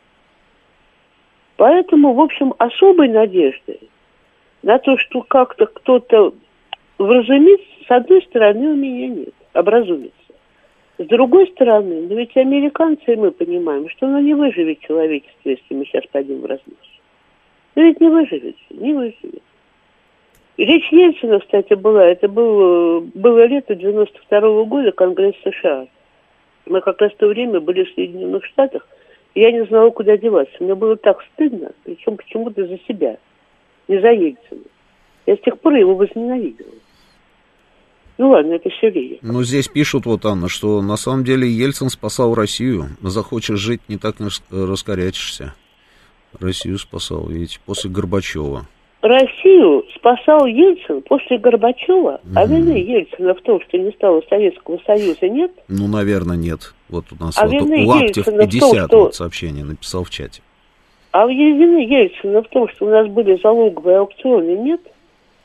Поэтому, в общем, особой надежды на то, что как-то кто-то вразумится, с одной стороны, у меня нет, образумится. С другой стороны, но ведь американцы и мы понимаем, что оно не выживет человечество, если мы сейчас пойдем в разнос. Но ведь не выживет, не выживет. И речь Ельцина, кстати, была, это было, было лето девяносто второго года, Конгресс США. Мы как раз в то время были в Соединенных Штатах, и я не знала, куда деваться. Мне было так стыдно, причем почему-то за себя, не за Ельцина. Я с тех пор его возненавидела. Ну ладно, это все верю. Ну, здесь пишут, вот, Анна, что на самом деле Ельцин спасал Россию. Захочешь жить, не так раскорячишься. Россию спасал, видите, после Горбачева. Россию спасал Ельцин после Горбачева, mm-hmm. а вины Ельцина в том, что не стало Советского Союза, нет? Ну, наверное, нет. Вот у нас а вот Лаптев пятьдесят том, вот сообщение написал в чате. А вины Ельцина в том, что у нас были залоговые аукционы, нет?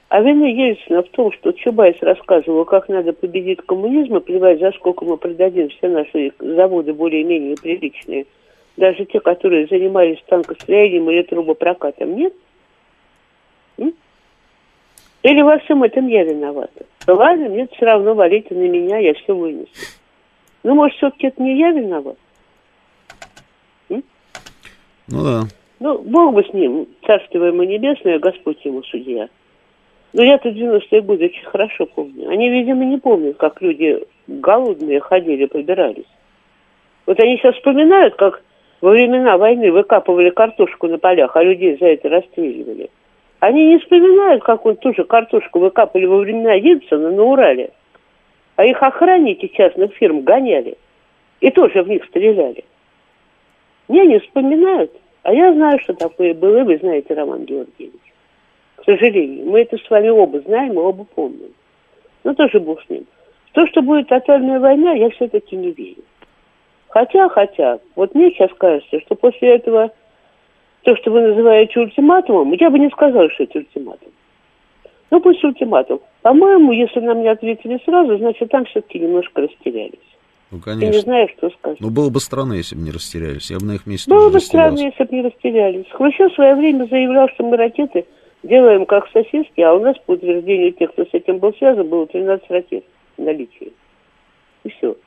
А вина Ельцина в том, что Чубайс рассказывал, как надо победить коммунизм и плевать, за сколько мы продадим все наши заводы более-менее приличные, даже те, которые занимались танкостроением или трубопрокатом, нет? М? Или во всем этом я виновата? Ну ладно, мне все равно валите на меня, я все вынесу. Ну, может, все-таки это не я виноват? М? Ну да. Ну, Бог бы с ним, царствие ему небесное, Господь ему судья. Но я-то девяностые годы очень хорошо помню. Они, видимо, не помнят, как люди голодные ходили, побирались. Вот они сейчас вспоминают, как во времена войны выкапывали картошку на полях, а людей за это расстреливали. Они не вспоминают, как вот ту же картошку выкапывали во времена Ельцина на Урале. А их охранники частных фирм гоняли. И тоже в них стреляли. Не, не вспоминают. А я знаю, что такое было. Вы знаете, Роман Георгиевич. К сожалению. Мы это с вами оба знаем и оба помним. Но тоже Бог с ним. В то, что будет тотальная война, я все-таки не верю. Хотя, хотя, вот мне сейчас кажется, что после этого, то, что вы называете ультиматумом, я бы не сказала, что это ультиматум. Ну, пусть ультиматум. По-моему, если нам не ответили сразу, значит, там все-таки немножко растерялись. Ну, конечно. Я не знаю, что сказать. Ну, было бы странно, если бы не растерялись. Я бы на их месте Было бы растерялся. странно, если бы не растерялись. Хрущев в свое время заявлял, что мы ракеты делаем как сосиски, а у нас, по утверждению тех, кто с этим был связан, было тринадцать ракет в наличии. И все.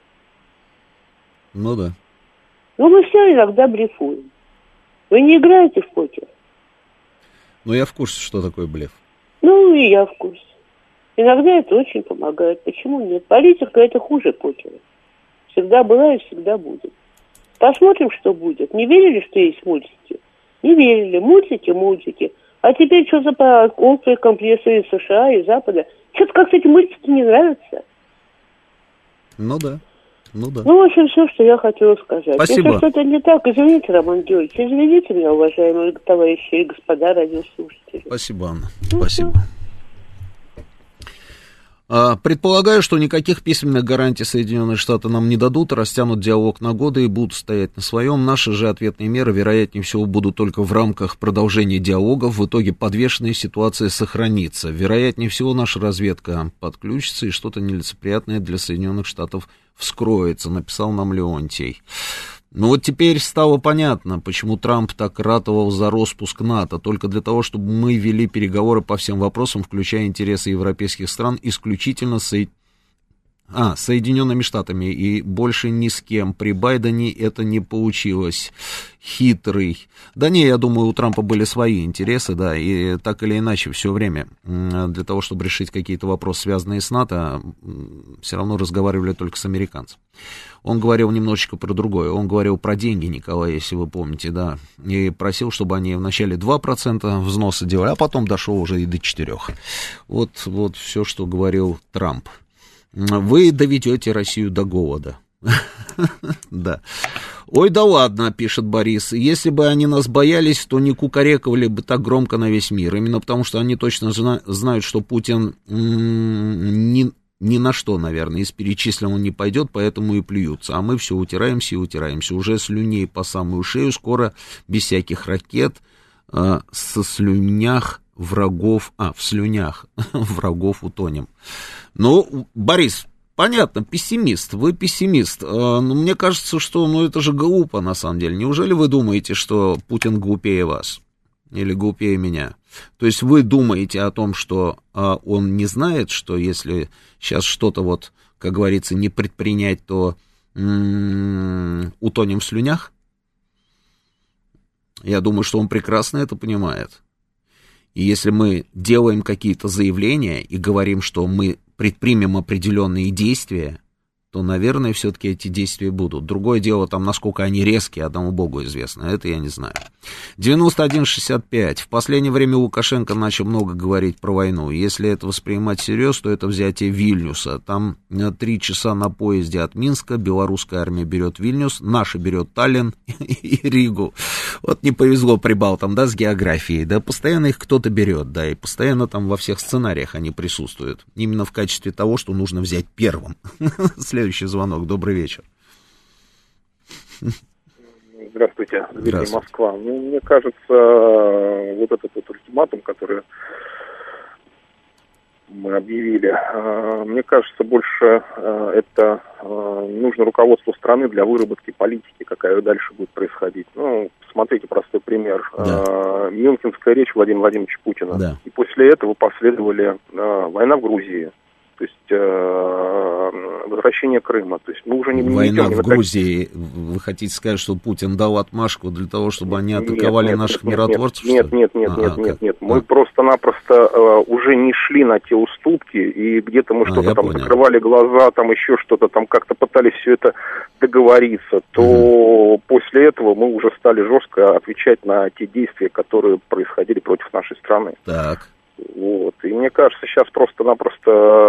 Ну да. Ну, мы все иногда блефуем. Вы не играете в покер? Ну, я в курсе, что такое блеф. Ну, и я в курсе. Иногда это очень помогает. Почему нет? Политика — это хуже покера. Всегда была и всегда будет. Посмотрим, что будет. Не верили, что есть мультики? Не верили. Мультики, мультики. А теперь что за острые комплексы из США и Запада? Что-то как-то эти мультики не нравятся. Ну да. Ну да. Ну, в общем, все, что я хотела сказать. Спасибо. Если что-то не так, извините, Роман Георгиевич, извините меня, уважаемые товарищи и господа радиослушатели. Спасибо, Анна. Спасибо. Предполагаю, что никаких письменных гарантий Соединенные Штаты нам не дадут, растянут диалог на годы и будут стоять на своем. Наши же ответные меры, вероятнее всего, будут только в рамках продолжения диалогов. В итоге подвешенная ситуация сохранится. Вероятнее всего, наша разведка подключится и что-то нелицеприятное для Соединенных Штатов вскроется, написал нам Леонтий. Ну вот теперь стало понятно, почему Трамп так ратовал за распуск НАТО, только для того, чтобы мы вели переговоры по всем вопросам, включая интересы европейских стран, исключительно с а, Соединенными Штатами, и больше ни с кем. При Байдене это не получилось. Хитрый. Да не, я думаю, у Трампа были свои интересы, да, и так или иначе все время для того, чтобы решить какие-то вопросы, связанные с НАТО, все равно разговаривали только с американцем. Он говорил немножечко про другое. Он говорил про деньги, Николай, если вы помните, да, и просил, чтобы они вначале два процента взноса делали, а потом дошел уже и до четырех. Вот, вот все, что говорил Трамп. Вы доведете Россию до голода. Да. Ой, да ладно, пишет Борис. Если бы они нас боялись, то не кукарекали бы так громко на весь мир. Именно потому, что они точно знают, что Путин не, ни на что, наверное, из перечисленного не пойдет, поэтому и плюются. А мы все утираемся и утираемся. Уже слюней по самую шею, скоро без всяких ракет, э, со слюнях врагов, а, в слюнях врагов утонем. Ну, Борис, понятно, пессимист, вы пессимист, но мне кажется, что, ну, это же глупо, на самом деле. Неужели вы думаете, что Путин глупее вас или глупее меня? То есть вы думаете о том, что а, он не знает, что если сейчас что-то вот, как говорится, не предпринять, то м-м, утонем в слюнях? Я думаю, что он прекрасно это понимает. И если мы делаем какие-то заявления и говорим, что мы предпримем определенные действия, то, наверное, все-таки эти действия будут. Другое дело, там, насколько они резкие, одному Богу известно, это я не знаю. девяносто один шестьдесят пять. В последнее время Лукашенко начал много говорить про войну. Если это воспринимать всерьез, то это взятие Вильнюса. Там три часа на поезде от Минска, белорусская армия берет Вильнюс, наша берет Таллин и Ригу. Вот не повезло прибалтам, да, с географией, да, постоянно их кто-то берет, да, и постоянно там во всех сценариях они присутствуют. Именно в качестве того, что нужно взять первым. Следующий звонок. Добрый вечер. Здравствуйте. Здравствуйте. Москва. Ну, мне кажется, вот этот вот ультиматум, который мы объявили. Мне кажется, больше это нужно руководству страны для выработки политики, какая дальше будет происходить. Ну, смотрите, простой пример. Да. Мюнхенская речь Владимира Владимировича Путина. Да. И после этого последовали война в Грузии. То есть э, возвращение Крыма. То есть мы уже не Война не в Грузии. Так... Вы хотите сказать, что Путин дал отмашку для того, чтобы они атаковали нет, нет, наших нет, миротворцев? Нет, нет, нет, нет, нет, нет. Мы а. просто-напросто э, уже не шли на те уступки, и где-то мы а, что-то там понял. закрывали глаза, там еще что-то, там как-то пытались все это договориться. То угу. после этого мы уже стали жестко отвечать на те действия, которые происходили против нашей страны. Так. Вот. И мне кажется, сейчас просто-напросто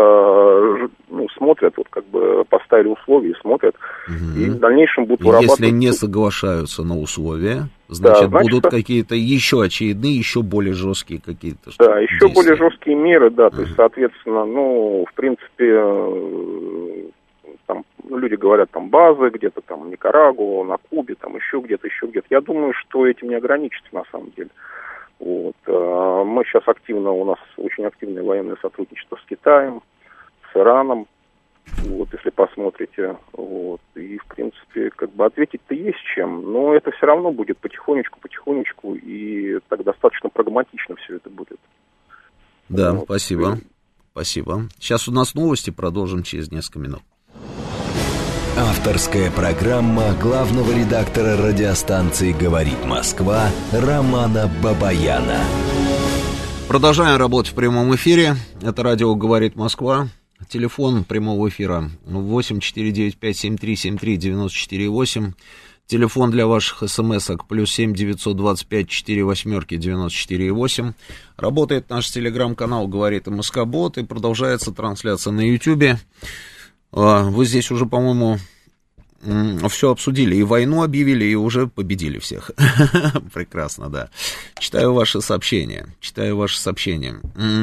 ну, смотрят, вот как бы поставили условия, смотрят, угу. и в дальнейшем будут вырабатывать... Если не соглашаются на условия, значит, да, значит будут какие-то еще очередные, еще более жесткие какие-то Да, еще действия. более жесткие меры, да, угу. то есть, соответственно, ну, в принципе, там, ну, люди говорят, там, базы где-то там в Никарагуа, на Кубе, там, еще где-то, еще где-то. Я думаю, что этим не ограничится, на самом деле. Вот. Мы сейчас активно, у нас очень активное военное сотрудничество с Китаем, с Ираном, вот, если посмотрите, вот, и, в принципе, как бы ответить-то есть чем, но это все равно будет потихонечку, потихонечку, и так достаточно прагматично все это будет. Да, вот. Спасибо, спасибо. Сейчас у нас новости, продолжим через несколько минут. Авторская программа главного редактора радиостанции «Говорит Москва» Романа Бабаяна. Продолжаем работать в прямом эфире. Это радио «Говорит Москва». Телефон прямого эфира восемь четыре девять пять семь три семь три девять четыре восемь. Телефон для ваших смс-ок плюс семь девятьсот двадцать пять четыре восьмерки девяносто четыре восемь. Работает наш телеграм-канал «Говорит Москобот» и продолжается трансляция на Ютьюбе. Вы здесь уже, по-моему, все обсудили. И войну объявили, и уже победили всех. Прекрасно, да. Читаю ваши сообщения. Читаю ваши сообщения.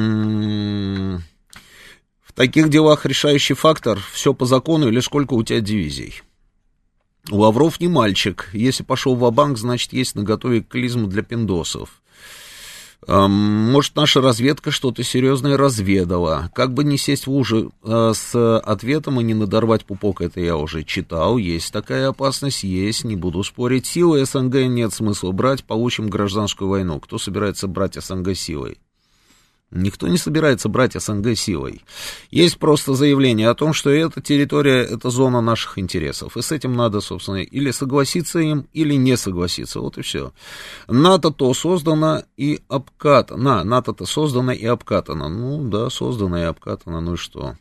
В таких делах решающий фактор — все по закону или сколько у тебя дивизий. Лавров не мальчик. Если пошел ва-банк, значит, есть наготове клизма для пиндосов. Может, наша разведка что-то серьезное разведала. Как бы не сесть в лужу э, с ответом и не надорвать пупок, это я уже читал. Есть такая опасность, есть, не буду спорить. Силы СНГ нет смысла брать, получим гражданскую войну. Кто собирается брать СНГ силой? Никто не собирается брать СНГ силой. Есть просто заявление о том, что эта территория — это зона наших интересов. И с этим надо, собственно, или согласиться им, или не согласиться. Вот и все. НАТО-то создано и обкатано. НАТО-то создано и обкатано. Ну да, создано и обкатано. Ну и что?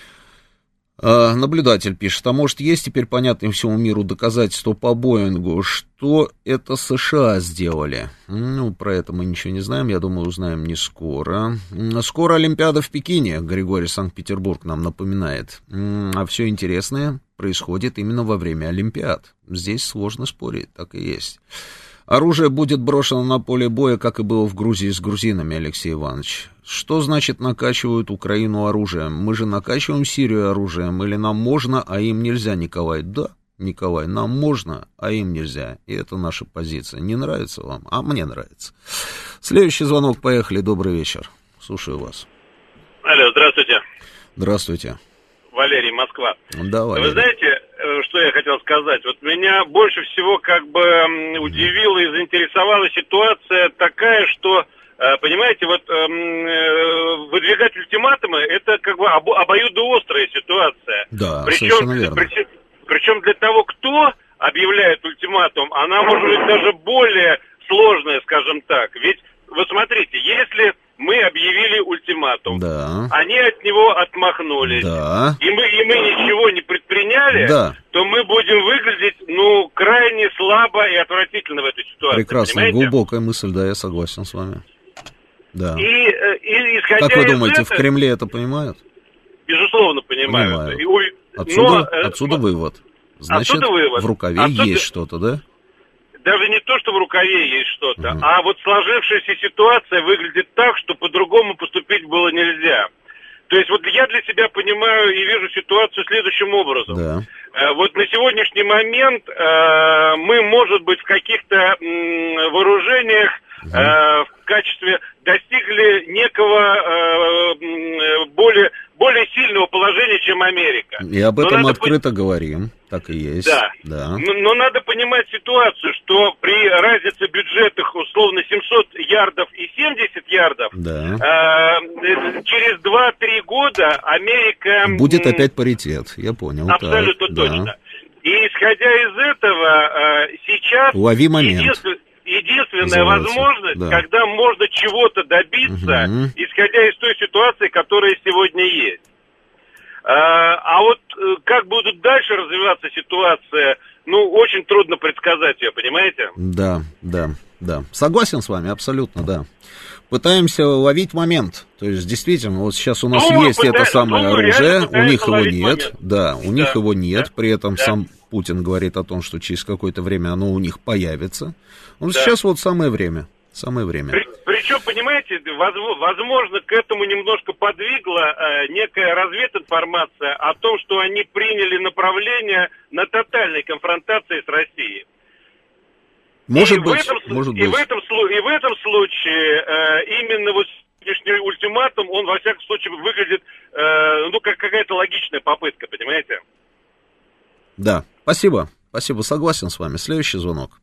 А, наблюдатель пишет, а может есть теперь понятным всему миру доказательства по Боингу, что это США сделали? Ну, про это мы ничего не знаем, я думаю, узнаем не скоро. Скоро Олимпиада в Пекине, Григорий Санкт-Петербург нам напоминает. А все интересное происходит именно во время Олимпиад. Здесь сложно спорить, так и есть. Оружие будет брошено на поле боя, как и было в Грузии с грузинами, Алексей Иванович. Что значит накачивают Украину оружием? Мы же накачиваем Сирию оружием, или нам можно, а им нельзя, Николай? Да, Николай, нам можно, а им нельзя. И это наша позиция. Не нравится вам? А мне нравится. Следующий звонок, поехали, добрый вечер. Слушаю вас. Алло, здравствуйте. Здравствуйте. Валерий, Москва. Да, Валерий. Вы знаете, что я хотел сказать? Вот меня больше всего как бы удивила и заинтересовала ситуация такая, что, понимаете, вот выдвигать ультиматумы — это как бы обоюдоострая ситуация. Да, причем, совершенно верно. Причем, причем для того, кто объявляет ультиматум, она может быть даже более сложная, скажем так. Ведь, вы смотрите, если мы объявили ультиматум, да. они от него отмахнулись, да. и, мы, и мы ничего не предприняли, да. то мы будем выглядеть, ну, крайне слабо и отвратительно в этой ситуации. Прекрасно, понимаете? Глубокая мысль, да, я согласен с вами. Да. И, и исходя как вы думаете, из в Кремле это понимают? Безусловно, понимают. Понимают. И, отсюда, но, отсюда вывод. Значит, отсюда вывод. в рукаве отсюда... есть что-то, да? Даже не то, что в рукаве есть что-то, угу. а вот сложившаяся ситуация выглядит так, что по-другому поступить было нельзя. То есть вот я для себя понимаю и вижу ситуацию следующим образом. Да. Э, вот на сегодняшний момент э, мы, может быть, в каких-то м, вооружениях э, в качестве достигли некого э, более, более сильного положения, чем Америка. И об этом надо открыто по... говорим, так и есть. Да, да. Но, но надо понимать ситуацию, что при разнице бюджетах условно семьсот ярдов и семьдесят ярдов, да. э, через два-три года Америка... Будет опять паритет, я понял. Абсолютно так, точно. Да. И исходя из этого, э, сейчас... Лови момент. Единствен... Единственная Называется. возможность, да. когда можно чего-то добиться, угу. исходя из той ситуации, которая сегодня есть. А, а вот как будут дальше развиваться ситуация, ну, очень трудно предсказать ее, понимаете? Да, да, да. Согласен с вами, абсолютно, да. Пытаемся ловить момент. То есть, действительно, вот сейчас у нас думаю, есть пытаюсь, это самое думаю, оружие, у них его нет. Момент. Да, у да. них его нет. Да. При этом да. сам Путин говорит о том, что через какое-то время оно у них появится. Вот да. сейчас вот самое время. Самое время. При, причем, понимаете, возможно, к этому немножко подвигла э, некая развединформация о том, что они приняли направление на тотальной конфронтации с Россией. Может и быть, в этом, может и быть. В этом, и в этом случае э, именно вот сегодняшний ультиматум, он во всяком случае выглядит, э, ну, как какая-то логичная попытка, понимаете? Да, спасибо, спасибо, согласен с вами. Следующий звонок.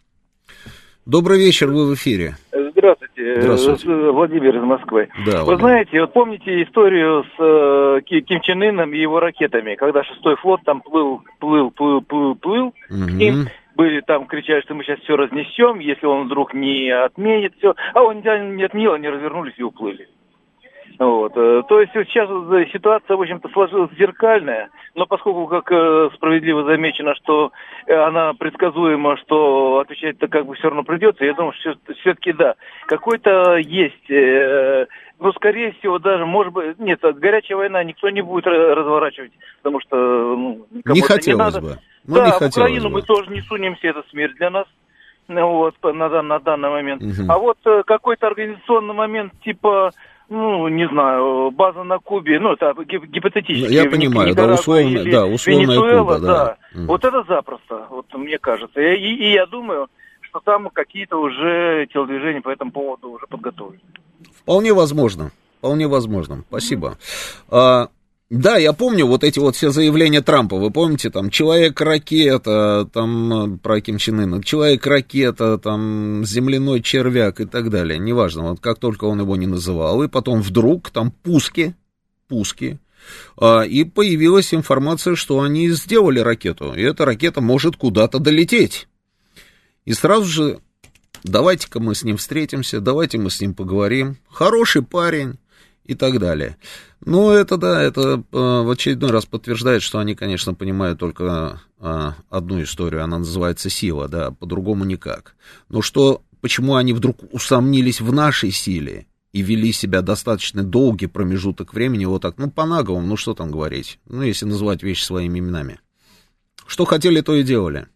Добрый вечер, вы в эфире. Здравствуйте, Здравствуйте. Владимир из Москвы. Да, вы знаете, вот помните историю с э, Ким Чен Ыном и его ракетами, когда шестой флот там плыл, плыл, плыл, плыл, плыл, угу. к ним были там, кричали, что мы сейчас все разнесем, если он вдруг не отменит все, а он не отменил, они развернулись и уплыли. Вот. То есть сейчас ситуация, в общем-то, сложилась зеркальная, но поскольку, как справедливо замечено, что она предсказуема, что отвечать-то как бы все равно придется, я думаю, что все-таки да, какой-то есть, ну, скорее всего, даже, может быть, нет, горячая война никто не будет разворачивать, потому что ну, не хотелось не надо. бы. Ну, да, не в Украину бы. мы тоже не сунемся, это смерть для нас. Вот, на, на данный момент. Угу. А вот какой-то организационный момент, типа, ну, не знаю, база на Кубе, ну, это гипотетически. Я понимаю, да, условно, да, условная Венесуэла, Куба, да. да. Угу. Вот это запросто, вот мне кажется. И, и, и я думаю, что там какие-то уже телодвижения по этому поводу уже подготовлены. Вполне возможно, вполне возможно. Спасибо. А, да, я помню вот эти вот все заявления Трампа, вы помните, там, человек-ракета, там, про Ким Чен Ына, человек-ракета, там, земляной червяк и так далее, неважно, вот как только он его не называл, и потом вдруг там пуски, пуски, а, и появилась информация, что они сделали ракету, и эта ракета может куда-то долететь. И сразу же, давайте-ка мы с ним встретимся, давайте мы с ним поговорим, хороший парень, и так далее. Ну, это да, это э, в очередной раз подтверждает, что они, конечно, понимают только э, одну историю, она называется сила, да, по-другому никак. Но что, почему они вдруг усомнились в нашей силе и вели себя достаточно долгий промежуток времени вот так, ну, по-наговому, ну, что там говорить, ну, если называть вещи своими именами. Что хотели, то и делали.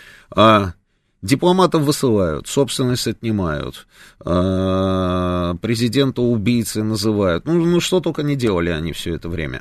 А дипломатов высылают, собственность отнимают, президента убийцы называют. Ну, ну, что только не делали они все это время.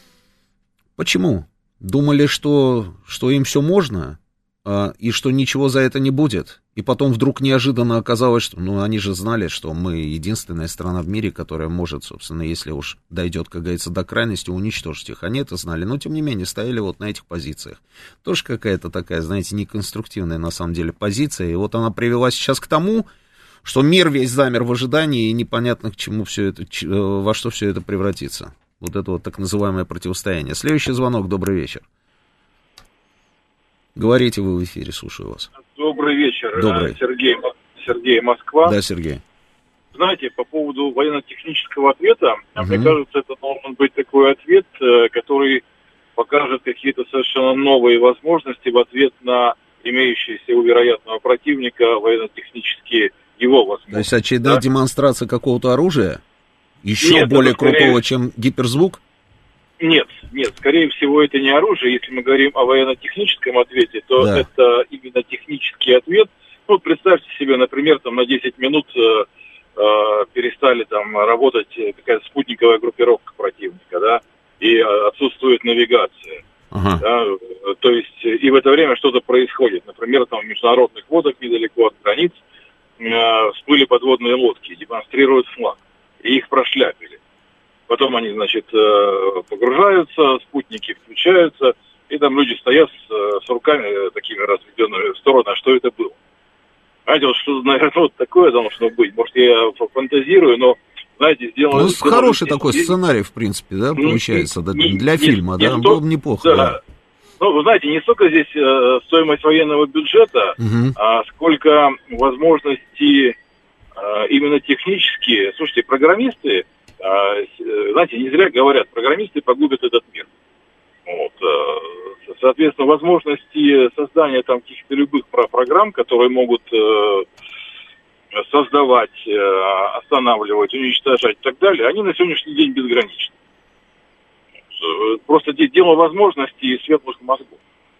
Почему? Думали, что, что им все можно, и что ничего за это не будет. И потом вдруг неожиданно оказалось, что... Ну, они же знали, что мы единственная страна в мире, которая может, собственно, если уж дойдет, как говорится, до крайности, уничтожить их. Они это знали, но, тем не менее, стояли вот на этих позициях. Тоже какая-то такая, знаете, неконструктивная, на самом деле, позиция. И вот она привела сейчас к тому, что мир весь замер в ожидании, и непонятно, к чему все это, во что все это превратится. Вот это вот так называемое противостояние. Следующий звонок, добрый вечер. Говорите, вы в эфире, слушаю вас. Добрый вечер, Добрый. Сергей, Сергей, Москва. Да, Сергей. Знаете, по поводу военно-технического ответа, угу. мне кажется, это должен быть такой ответ, который покажет какие-то совершенно новые возможности в ответ на имеющиеся у вероятного противника военно-технические его возможности. То есть очередная да? демонстрация какого-то оружия? Еще Нет, более скорее... крутого, чем гиперзвук? Нет, нет, скорее всего, это не оружие. Если мы говорим о военно-техническом ответе, то да. это именно технический ответ. Ну, представьте себе, например, там на десять минут э, э, перестали там работать какая-то спутниковая группировка противника, да, и отсутствует навигация. Ага. Да, то есть, и в это время что-то происходит. Например, там в международных водах недалеко от границ э, всплыли подводные лодки, демонстрируют флаг, и их прошляпили. потом они, значит, погружаются, спутники включаются, и там люди стоят с, с руками такими разведенными в сторону, а что это было. Знаете, вот что, наверное, вот такое должно быть. Может, я фантазирую, но, знаете, сделано... Ну, сделано хороший здесь, такой здесь... сценарий, в принципе, да, получается, не, да, не, для не, фильма, не, да, не было сто... бы неплохо, да. да. Ну, вы знаете, не столько здесь э, стоимость военного бюджета, угу. а сколько возможностей э, именно технические. Слушайте, программисты, э, знаете, не зря говорят, программисты погубят этот мир. Вот, э, соответственно, возможности создания там каких-то любых программ, которые могут э, создавать, э, останавливать, уничтожать и так далее, они на сегодняшний день безграничны. Просто дело возможностей и светлых мозгов.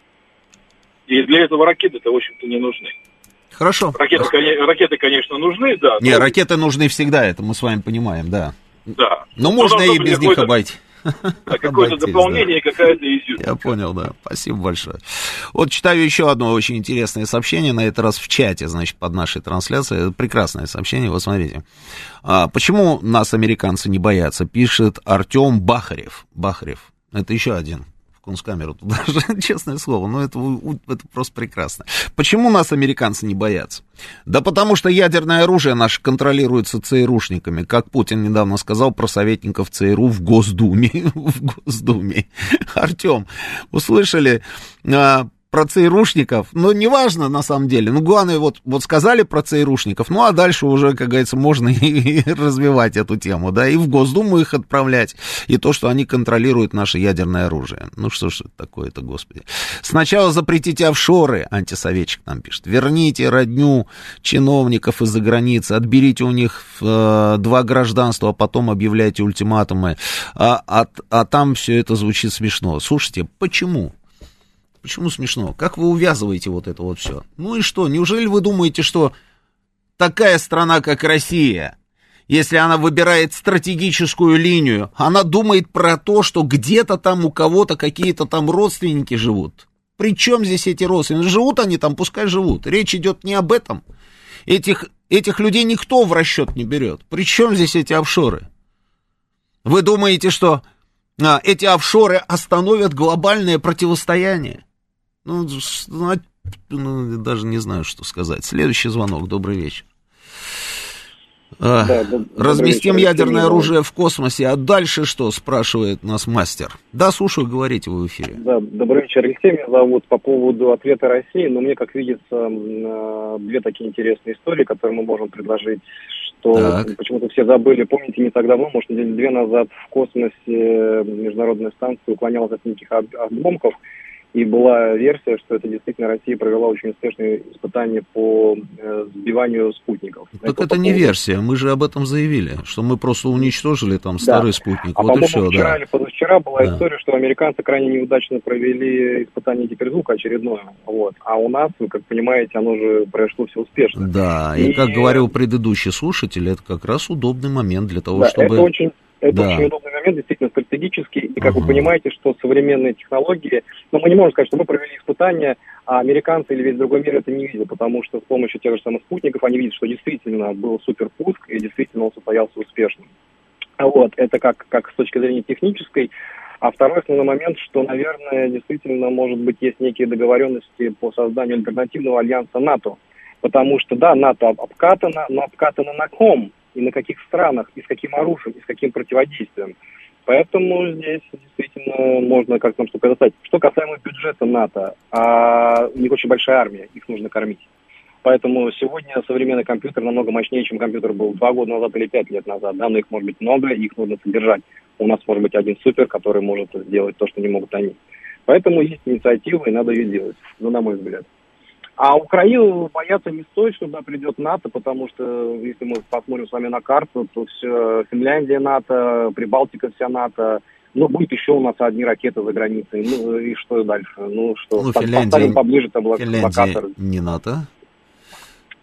И для этого ракеты-то, в общем-то, не нужны. Хорошо. Ракеты, конечно, ракеты, конечно, нужны, да. Не, но... ракеты нужны всегда, это мы с вами понимаем, да. Да. Но, но можно и без них обойти. Да, какое-то дополнение, да. Какая-то изюминка. Я понял, да. Спасибо большое. Вот читаю еще одно очень интересное сообщение, на этот раз в чате, значит, под нашей трансляцией. Это прекрасное сообщение, вот смотрите. А, почему нас американцы не боятся? Пишет Артем Бахарев. Бахарев. Это еще один. Кунсткамеру туда же, честное слово, ну это, это просто прекрасно. Почему нас американцы не боятся? Да потому что ядерное оружие наше контролируется ЦРУшниками, как Путин недавно сказал про советников ЦРУ в Госдуме. в Госдуме. Артем, услышали а, про ЦРУшников? Ну, неважно на самом деле, ну, главное, вот, вот сказали про ЦРУшников, ну, а дальше уже, как говорится, можно и, и развивать эту тему, да, и в Госдуму их отправлять, и то, что они контролируют наше ядерное оружие. Ну, что ж это такое-то, господи. Сначала запретите офшоры, антисоветчик нам пишет, верните родню чиновников из-за границы, отберите у них э, два гражданства, а потом объявляйте ультиматумы, а, а, а там все это звучит смешно. Слушайте, почему? Почему смешно? Как вы увязываете вот это вот все? Ну и что? Неужели вы думаете, что такая страна, как Россия, если она выбирает стратегическую линию, она думает про то, что где-то там у кого-то какие-то там родственники живут? При чем здесь эти родственники? Живут они там, пускай живут. Речь идет не об этом. Этих, этих людей никто в расчет не берет. При чем здесь эти офшоры? Вы думаете, что а, эти офшоры остановят глобальное противостояние? Ну, ну, даже не знаю, что сказать. Следующий звонок. Добрый вечер. А, да, доб- разместим вечер, ядерное оружие в космосе, а дальше что, спрашивает нас мастер. Да, слушаю, говорите вы в эфире. Да, добрый вечер, Алексей меня зовут. По поводу ответа России, но мне, как видится, две такие интересные истории, которые мы можем предложить, что так. Почему-то все забыли. Помните, не так давно, может, недели две назад в космосе международная станция уклонялась от неких обломков. И была версия, что это действительно Россия провела очень успешные испытания по э, сбиванию спутников. Так это, это не версия, мы же об этом заявили, что мы просто уничтожили там старый да. спутник. А вот и все, вчера да. или позавчера была да. история, что американцы крайне неудачно провели испытание гиперзвука очередное. Вот. А у нас, вы как понимаете, оно же прошло все успешно. Да, и, и как говорил предыдущий слушатель, это как раз удобный момент для того, да, чтобы... Это очень... Это да. очень удобный момент, действительно стратегический. И как uh-huh. вы понимаете, что современные технологии... Ну, мы не можем сказать, что мы провели испытания, а американцы или весь другой мир это не видел, потому что с помощью тех же самых спутников они видят, что действительно был суперпуск, и действительно он состоялся успешным. Вот, это как, как с точки зрения технической. А второй основной момент, что, наверное, действительно, может быть, есть некие договоренности по созданию альтернативного альянса НАТО. Потому что, да, НАТО обкатано, но обкатано на ком? И на каких странах, и с каким оружием, и с каким противодействием. Поэтому здесь действительно можно как-то нам что предоставить. Что касаемо бюджета НАТО, а у них очень большая армия, их нужно кормить. Поэтому сегодня современный компьютер намного мощнее, чем компьютер был два года назад или пять лет назад. Да, но их может быть много, и их нужно содержать. У нас может быть один супер, который может сделать то, что не могут они. Поэтому есть инициатива, и надо ее делать, ну, на мой взгляд. А Украину бояться не стоит, что туда придет НАТО, потому что, если мы посмотрим с вами на карту, то все Финляндия НАТО, Прибалтика вся НАТО, ну, будет еще у нас одни ракеты за границей, ну, и что дальше? Ну, что, ну, Финляндия, поставим поближе там блокатор. Не НАТО.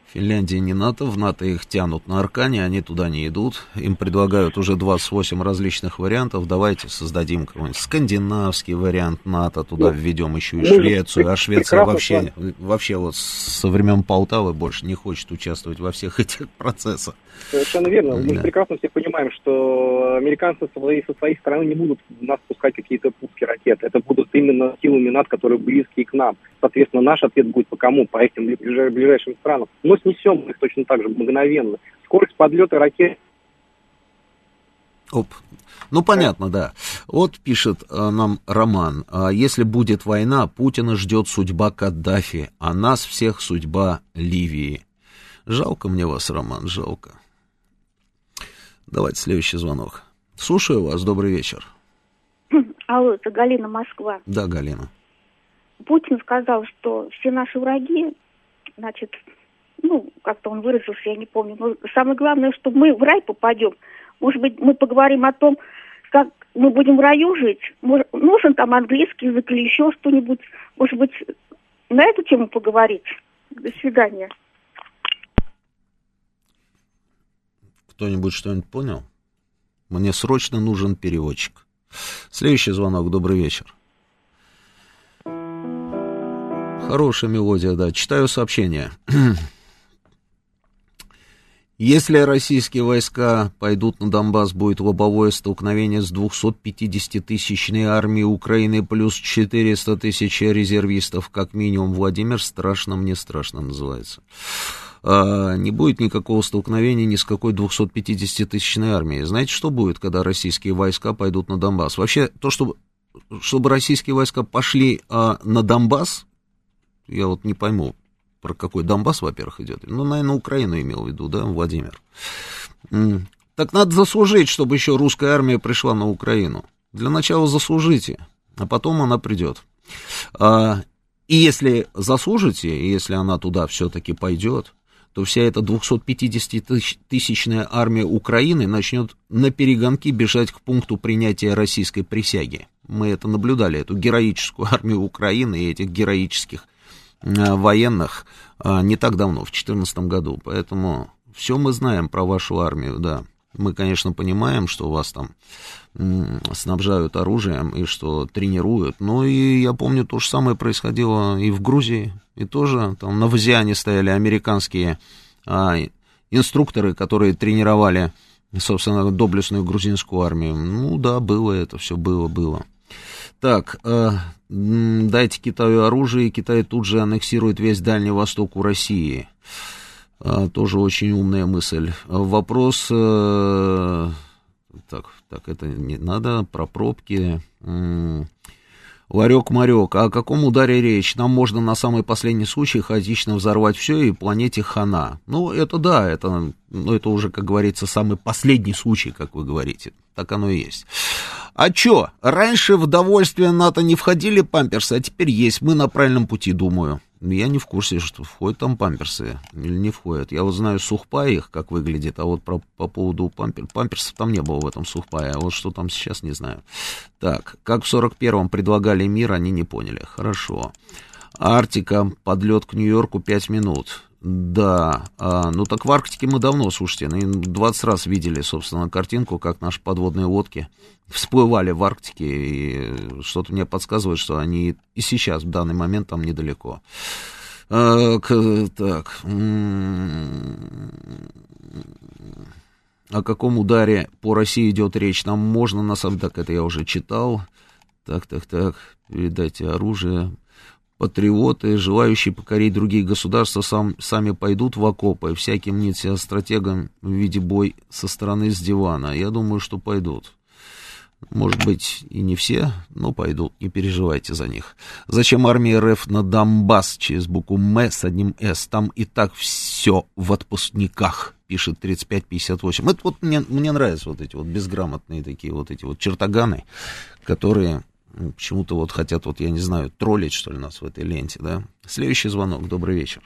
Финляндия не НАТО, в НАТО их тянут на аркане, они туда не идут. Им предлагают уже двадцать восемь различных вариантов. Давайте создадим какой-нибудь скандинавский вариант НАТО, туда введем еще и Швецию. А Швеция вообще, вообще вот со времен Полтавы больше не хочет участвовать во всех этих процессах. Совершенно верно. Мы Да. же прекрасно все понимаем, что американцы со своей, со своей стороны не будут в нас пускать какие-то пуски ракет. Это будут именно силами НАТО, которые близкие к нам. Соответственно, наш ответ будет по кому? По этим ближай- ближайшим странам. Но снесем их точно так же мгновенно. Скорость подлета ракет. Оп. Ну, понятно, да. Вот пишет э, нам Роман. «А если будет война, Путина ждет судьба Каддафи, а нас всех судьба Ливии». Жалко мне вас, Роман, жалко. Давайте следующий звонок. Слушаю вас, добрый вечер. Алло, это Галина, Москва. Да, Галина. Путин сказал, что все наши враги, значит, ну, как-то он выразился, я не помню, но самое главное, что мы в рай попадем. Может быть, мы поговорим о том, как мы будем в раю жить. Может, нужен там английский язык или еще что-нибудь. Может быть, на эту тему поговорить. До свидания. Кто-нибудь что-нибудь понял? Мне срочно нужен переводчик. Следующий звонок, добрый вечер. Хорошая мелодия, да. Читаю сообщение. Если российские войска пойдут на Донбасс, будет лобовое столкновение с двухсотпятидесятитысячной армией Украины плюс четыреста тысяч резервистов, как минимум. Владимир, страшно мне страшно называется. А, не будет никакого столкновения ни с какой двухсотпятидесятитысячной армией. Знаете, что будет, когда российские войска пойдут на Донбасс? Вообще, то, чтобы, чтобы российские войска пошли а, на Донбасс, я вот не пойму, про какой Донбасс, во-первых, идет. Ну, наверное, Украину имел в виду, да, Владимир? Так надо заслужить, чтобы еще русская армия пришла на Украину. Для начала заслужите, а потом она придет. А, и если заслужите, и если она туда все-таки пойдет, то вся эта двухсотпятидесятитысячная армия Украины начнет на перегонки бежать к пункту принятия российской присяги. Мы это наблюдали, эту героическую армию Украины и этих героических э, военных э, не так давно, в две тысячи четырнадцатом году. Поэтому все мы знаем про вашу армию, да. Мы, конечно, понимаем, что вас там м, снабжают оружием и что тренируют, но и я помню, то же самое происходило и в Грузии, и тоже там на Вазиане стояли американские а, инструкторы, которые тренировали, собственно, доблестную грузинскую армию. Ну да, было это, все было, было. Так, э, дайте Китаю оружие, и Китай тут же аннексирует весь Дальний Восток у России. Тоже очень умная мысль. Вопрос, э, так, так, это не надо, про пробки. Ларек-марек, о каком ударе речь? Нам можно на самый последний случай хаотично взорвать все и планете хана. Ну, это да, это, ну, это уже, как говорится, самый последний случай, как вы говорите. Так оно и есть. А чё, раньше в довольствие НАТО не входили памперсы, а теперь есть. Мы на правильном пути, думаю. Я не в курсе, что входят там памперсы или не входят. Я вот знаю сухпай их, как выглядит, а вот про, по поводу пампер, памперсов там не было в этом сухпае, а вот что там сейчас, не знаю. Так, как в сорок первом предлагали мир, они не поняли. Хорошо. Арктика, подлет к Нью-Йорку пять минут. Да, а, ну так в Арктике мы давно, слушайте, двадцать раз видели, собственно, картинку, как наши подводные лодки всплывали в Арктике, и что-то мне подсказывает, что они и сейчас, в данный момент, там недалеко. А, к, так, о каком ударе по России идет речь? Нам можно, на самом деле, так, это я уже читал. Так, так, так, передайте оружие. Патриоты, желающие покорить другие государства, сам, сами пойдут в окопы, всяким нитя стратегам в виде бой со стороны с дивана. Я думаю, что пойдут. Может быть, и не все, но пойдут, не переживайте за них. Зачем армия РФ на Донбасс через букву М с одним С? Там и так все в отпускниках, пишет тридцать пять пятьдесят восемь. Это вот мне, мне нравятся вот эти вот безграмотные такие вот эти вот чертоганы, которые... Почему-то вот хотят, вот я не знаю, троллить, что ли, нас в этой ленте, да? Следующий звонок, добрый вечер.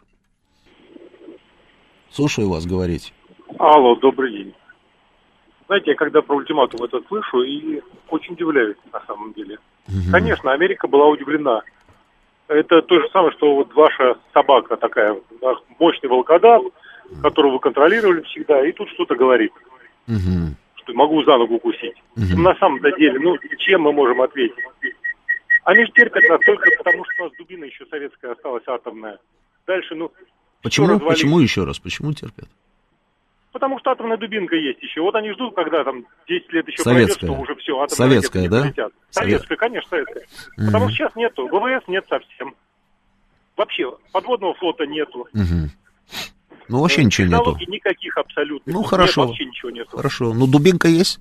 Слушаю вас, говорите. Алло, добрый день. Знаете, я когда про ультиматум этот слышу, и очень удивляюсь, на самом деле. Угу. Конечно, Америка была удивлена Это то же самое, что вот ваша собака такая, мощный волкодав, которого вы контролировали всегда, и тут что-то говорит. Угу. Что могу за ногу укусить. Угу. На самом-то деле, ну, чем мы можем ответить? Они же терпят нас только потому, что у нас дубина еще советская осталась, атомная. Дальше, ну... Почему, почему еще раз, почему терпят? Потому что атомная дубинка есть еще. Вот они ждут, когда там десять лет еще советская. пройдет, что уже все, атомные советская, да? полетят. Советская, конечно, советская. Угу. Потому что сейчас нету, ВВС нет совсем. Вообще, подводного флота нету. Угу. Ну, вообще ничего нету. Технологий никаких абсолютно. Ну, хорошо. Нет, вообще ничего нету. Хорошо. Ну, дубинка есть?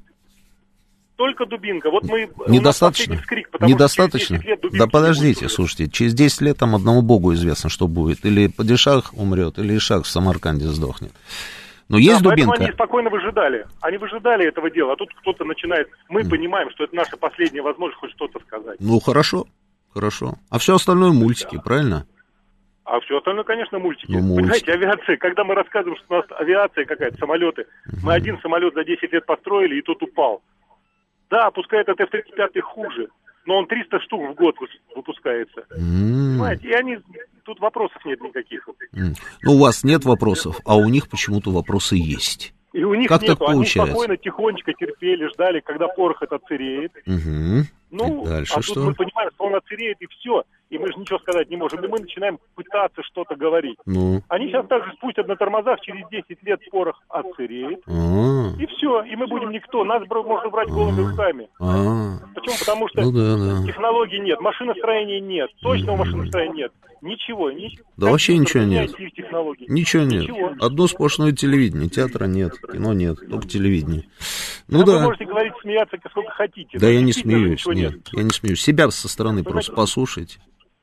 Только дубинка. Вот мы... Недостаточно? Вскрик, Недостаточно? Да подождите, слушайте, через десять лет там одному богу известно, что будет. Или Падишах умрет, или Ишак в Самарканде сдохнет. Но есть да, дубинка. Поэтому они спокойно выжидали. Они выжидали этого дела, а тут кто-то начинает... Мы mm. понимаем, что это наша последняя возможность хоть что-то сказать. Ну, хорошо, хорошо. А все остальное мультики, да. правильно? А все остальное, конечно, мультики. Ну, мультики. Понимаете, авиация, когда мы рассказываем, что у нас авиация какая-то, самолеты, mm-hmm. мы один самолет за десять лет построили, и тот упал. Да, пускай этот эф тридцать пять хуже, но он триста штук в год выпускается. Mm. Понимаете, и они... Тут вопросов нет никаких. Mm. Ну, у вас нет вопросов, а у них почему-то вопросы есть. И у них как нету. Так получается? Они спокойно, тихонечко терпели, ждали, когда порох этот отсыреет. Угу. Ну, и дальше а что? тут мы понимаем, что он отсыреет, и все. И мы же ничего сказать не можем. И мы начинаем пытаться что-то говорить. Ну. Они сейчас также спустят на тормозах, через десять лет порох отсыреет. А-а-а. И все. И мы будем никто. Нас можно брать голыми руками. А-а-а. Почему? Потому что ну, да, да. технологий нет, машиностроения нет, точного машиностроения нет. Ничего. ничего. Да вообще ничего нет. Ничего нет. Ничего. Одно сплошное телевидение. Театра нет, кино нет, только телевидение. Ну а да. Вы можете говорить, смеяться сколько хотите. Да я не смеюсь, нет, нет. Я не смеюсь. Себя со стороны Понимаете? Просто послушайте.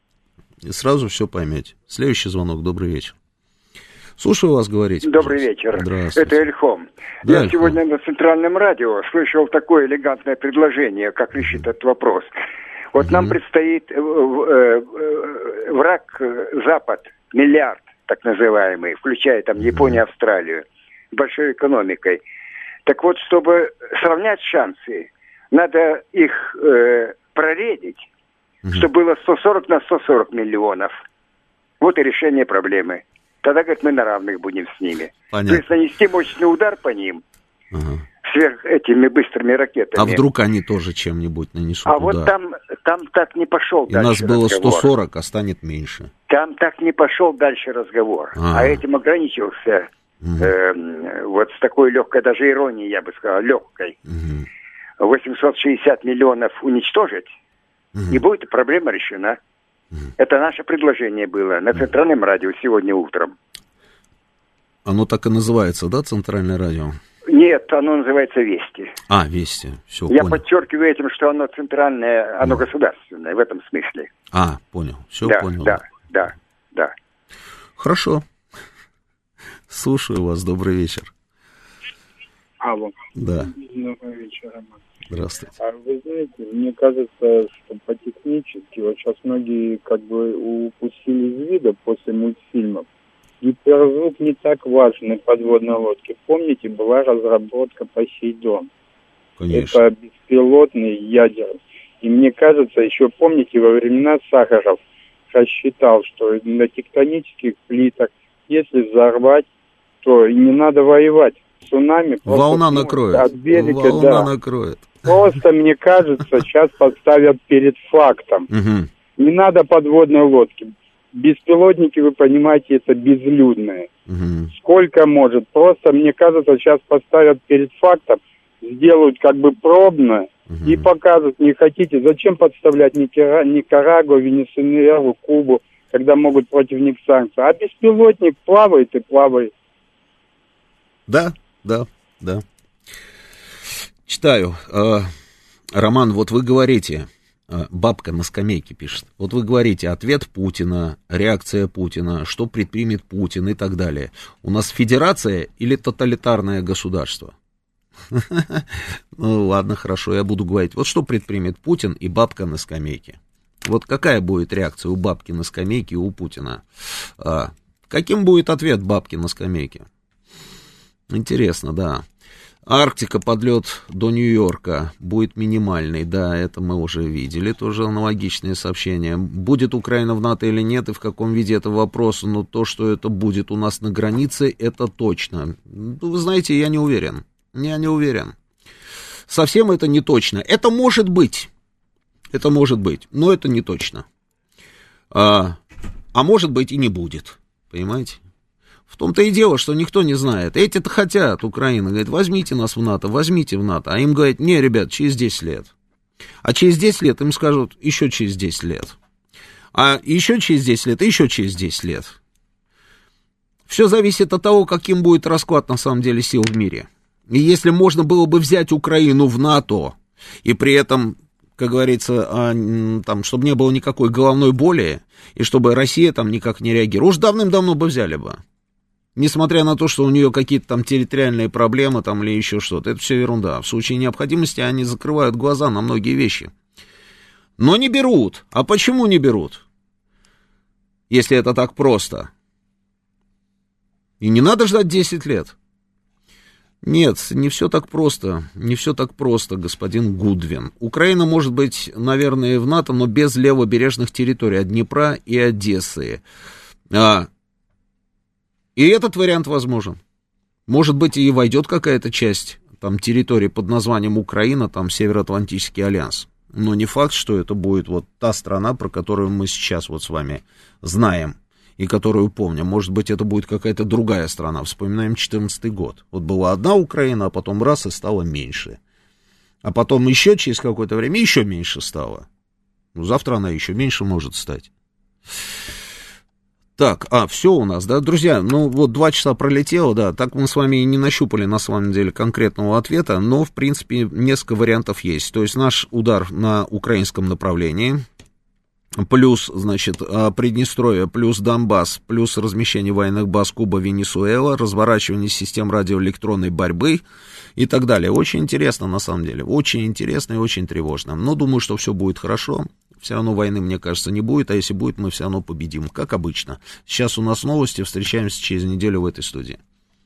И сразу все поймете. Следующий звонок. Добрый вечер. Слушаю вас говорить. Добрый вечер. Это Эльхом. Да, Я Эльхом. Сегодня на Центральном радио слышал такое элегантное предложение, как решить этот вопрос. Вот угу. нам предстоит э, э, враг э, Запад, миллиард, так называемый, включая там Японию, угу. Австралию, с большой экономикой. Так вот, чтобы сравнять шансы, надо их э, проредить, угу. чтобы было сто сорок на сто сорок миллионов. Вот и решение проблемы. Тогда, говорит, мы на равных будем с ними. Понятно. То есть нанести мощный удар по ним, ага. сверх этими быстрыми ракетами. А вдруг они тоже чем-нибудь нанесут А удар? вот там, там так не пошел И дальше нас было разговор. сто сорок, а станет меньше. Там так не пошел дальше разговор. А, а этим ограничился угу. э, вот с такой легкой, даже иронией, я бы сказал, легкой. Угу. восемьсот шестьдесят миллионов уничтожить, угу. и будет проблема решена. Это наше предложение было на Центральном радио сегодня утром. Оно так и называется, да, Центральное радио? Нет, оно называется «Вести». А, «Вести», все, Я понял. подчеркиваю этим, что оно центральное, оно ну. государственное, в этом смысле. А, понял, все да, понял. Да, да, да. Хорошо. Слушаю вас, добрый вечер. Алло. Да. Добрый вечер, Роман. Здравствуйте. А вы знаете, мне кажется, что по-технически вот сейчас многие как бы упустили из вида после мультфильмов. Гиперзвук не так важен в подводной лодке. Помните, была разработка Посейдон. Конечно. Это беспилотный ядер. И мне кажется, еще помните, во времена Сахаров рассчитал, что на тектонических плитах, если взорвать, то и не надо воевать. Цунами волна накроет. От берега, волна да. накроет. Просто, мне кажется, сейчас поставят перед фактом. Угу. Не надо подводной лодки. Беспилотники, вы понимаете, это безлюдные. Угу. Сколько может. Просто, мне кажется, сейчас поставят перед фактом, сделают как бы пробно угу. и покажут, не хотите. Зачем подставлять Никарагуа, Венесуэлу, Кубу, когда могут против них санкции? А беспилотник плавает и плавает. Да, да, да. Читаю. Роман, вот вы говорите, бабка на скамейке пишет, вот вы говорите, ответ Путина, реакция Путина, что предпримет Путин и так далее. У нас федерация или тоталитарное государство? Ну ладно, хорошо, я буду говорить. Вот что предпримет Путин и бабка на скамейке? Вот какая будет реакция у бабки на скамейке и у Путина? Каким будет ответ бабки на скамейке? Интересно, да. Арктика, подлет до Нью-Йорка будет минимальный, да, это мы уже видели, тоже аналогичные сообщения. Будет Украина в НАТО или нет, и в каком виде, это вопрос, но то, что это будет у нас на границе, это точно. Вы знаете, я не уверен, я не уверен. Совсем это не точно. Это может быть, это может быть, но это не точно. А, а может быть и не будет, понимаете? В том-то и дело, что никто не знает. Эти-то хотят, Украина, говорит, возьмите нас в НАТО, возьмите в НАТО. А им говорят, не, ребят, через десять лет. А через десять лет им скажут, еще через десять лет. А еще через десять лет, еще через десять лет. Все зависит от того, каким будет расклад, на самом деле, сил в мире. И если можно было бы взять Украину в НАТО, и при этом, как говорится, там, чтобы не было никакой головной боли, и чтобы Россия там никак не реагировала, уж давным-давно бы взяли бы. Несмотря на то, что у нее какие-то там территориальные проблемы там или еще что-то, это все ерунда. В случае необходимости они закрывают глаза на многие вещи. Но не берут. А почему не берут? Если это так просто. И не надо ждать десять лет. Нет, не все так просто. Не все так просто, господин Гудвин. Украина может быть, наверное, в НАТО, но без левобережных территорий от Днепра и Одессы. А... И этот вариант возможен. Может быть, и войдет какая-то часть там, территории под названием Украина, там Североатлантический альянс. Но не факт, что это будет вот та страна, про которую мы сейчас вот с вами знаем и которую помним. Может быть, это будет какая-то другая страна. Вспоминаем четырнадцатый год. Вот была одна Украина, а потом раз и стало меньше. А потом еще через какое-то время еще меньше стало. Ну, завтра она еще меньше может стать. Так, а, все у нас, да, друзья, ну вот два часа пролетело, да, так мы с вами и не нащупали, на самом деле, конкретного ответа, но, в принципе, несколько вариантов есть. То есть наш удар на украинском направлении, плюс, значит, Приднестровье, плюс Донбасс, плюс размещение военных баз Куба, Венесуэла, разворачивание систем радиоэлектронной борьбы и так далее. Очень интересно, на самом деле, очень интересно и очень тревожно, но думаю, что все будет хорошо. Все равно войны, мне кажется, не будет, а если будет, мы все равно победим, как обычно. Сейчас у нас новости, встречаемся через неделю в этой студии.